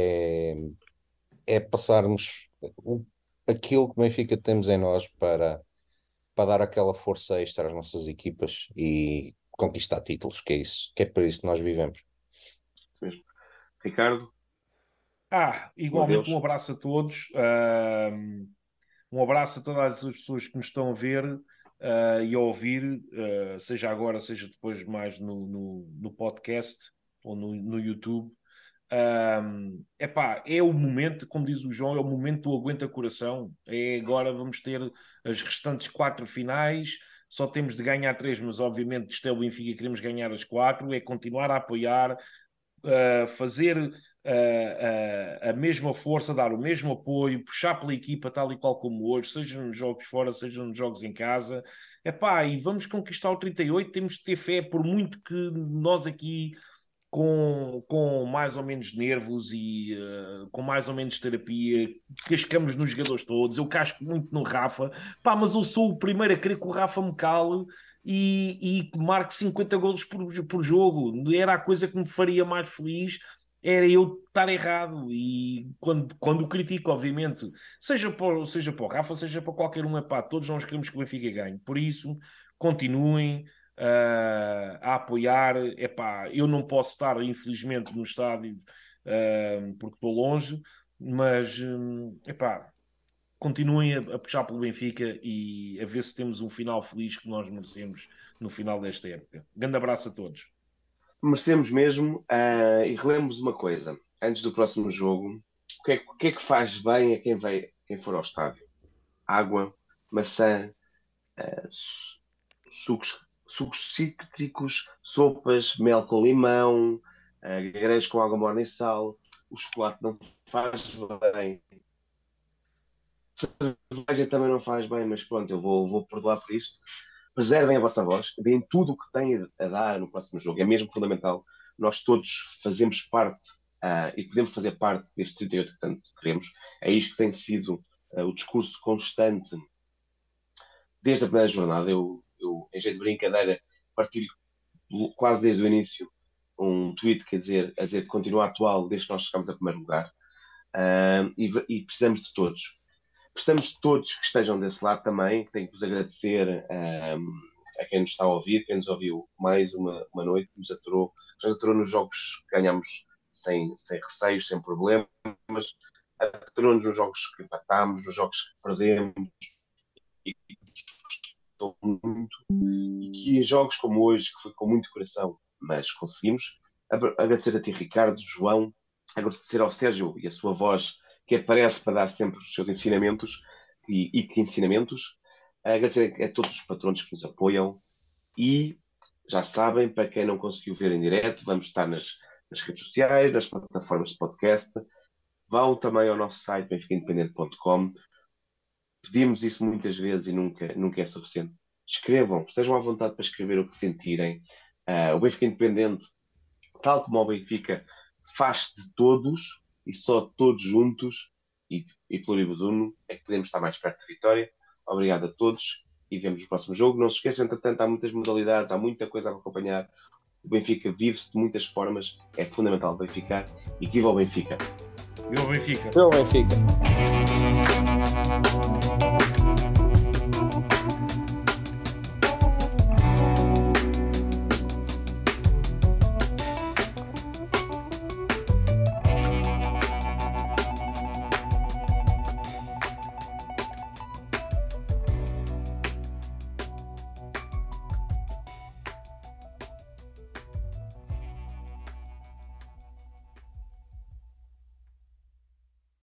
é passarmos aquilo que o Benfica temos em nós para dar aquela força extra às nossas equipas e conquistar títulos, que é isso, que é para isso que nós vivemos. Mesmo. Ricardo, Igualmente um adeus. abraço a todos. Um abraço a todas as pessoas que nos estão a ver e a ouvir, seja agora, seja depois mais no podcast ou no YouTube. É o momento, como diz o João, é o momento do aguenta coração. Agora vamos ter as restantes 4 finais. Só temos de ganhar 3, mas obviamente isto é o Benfica, queremos ganhar as 4. É continuar a apoiar, fazer a mesma força, dar o mesmo apoio, puxar pela equipa tal e qual como hoje, seja nos jogos fora, seja nos jogos em casa. E vamos conquistar o 38. Temos de ter fé, por muito que nós aqui com mais ou menos nervos e com mais ou menos terapia, cascamos nos jogadores todos. Eu casco muito no Rafa, mas eu sou o primeiro a querer que o Rafa me cale e que marque 50 golos por jogo. Era a coisa que me faria mais feliz, era eu estar errado. E quando o critico, obviamente, seja para o Rafa, seja para qualquer um, todos nós queremos que o Benfica ganhe. Por isso, continuem a apoiar. Eu não posso estar, infelizmente, no estádio porque estou longe, mas continuem a puxar pelo Benfica e a ver se temos um final feliz que nós merecemos no final desta época. Grande abraço a todos. Merecemos mesmo. E relembro-vos uma coisa: antes do próximo jogo, o que é que faz bem a quem for ao estádio? Água, maçã, sucos cítricos, sopas, mel com limão, grelhas com água morna e sal. O chocolate não faz bem. A cerveja também não faz bem, mas pronto, eu vou perdoar por isto. Preservem a vossa voz, deem tudo o que têm a dar no próximo jogo. É mesmo fundamental. Nós todos fazemos parte e podemos fazer parte deste 38 que tanto queremos. É isto que tem sido o discurso constante desde a primeira jornada. Eu em jeito de brincadeira, partilho quase desde o início um tweet a dizer que continua atual desde que nós chegamos a primeiro lugar. E precisamos de todos. Precisamos de todos que estejam desse lado também. Tenho que vos agradecer a quem nos está a ouvir, quem nos ouviu mais uma noite, que nos aturou nos jogos que ganhamos sem receios, sem problemas, aturou-nos nos jogos que empatámos, nos jogos que perdemos, e gostou muito, e que em jogos como hoje, que foi com muito coração, mas conseguimos. Agradecer a ti, Ricardo, João, agradecer ao Sérgio e a sua voz que aparece para dar sempre os seus ensinamentos e que ensinamentos. Agradecer a todos os patronos que nos apoiam e já sabem, para quem não conseguiu ver em direto, vamos estar nas redes sociais, nas plataformas de podcast. Vão também ao nosso site benficaindependente.com. Pedimos isso muitas vezes e nunca é suficiente. Escrevam, estejam à vontade para escrever o que sentirem. O Benfica Independente, tal como o Benfica, faz de todos e só todos juntos e pluribus uno é que podemos estar mais perto da vitória. Obrigado a todos e vemos o próximo jogo. Não se esqueçam, entretanto, há muitas modalidades, há muita coisa a acompanhar. O Benfica vive-se de muitas formas, é fundamental o Benfica e viva o Benfica. Viva o Benfica. Viva o Benfica.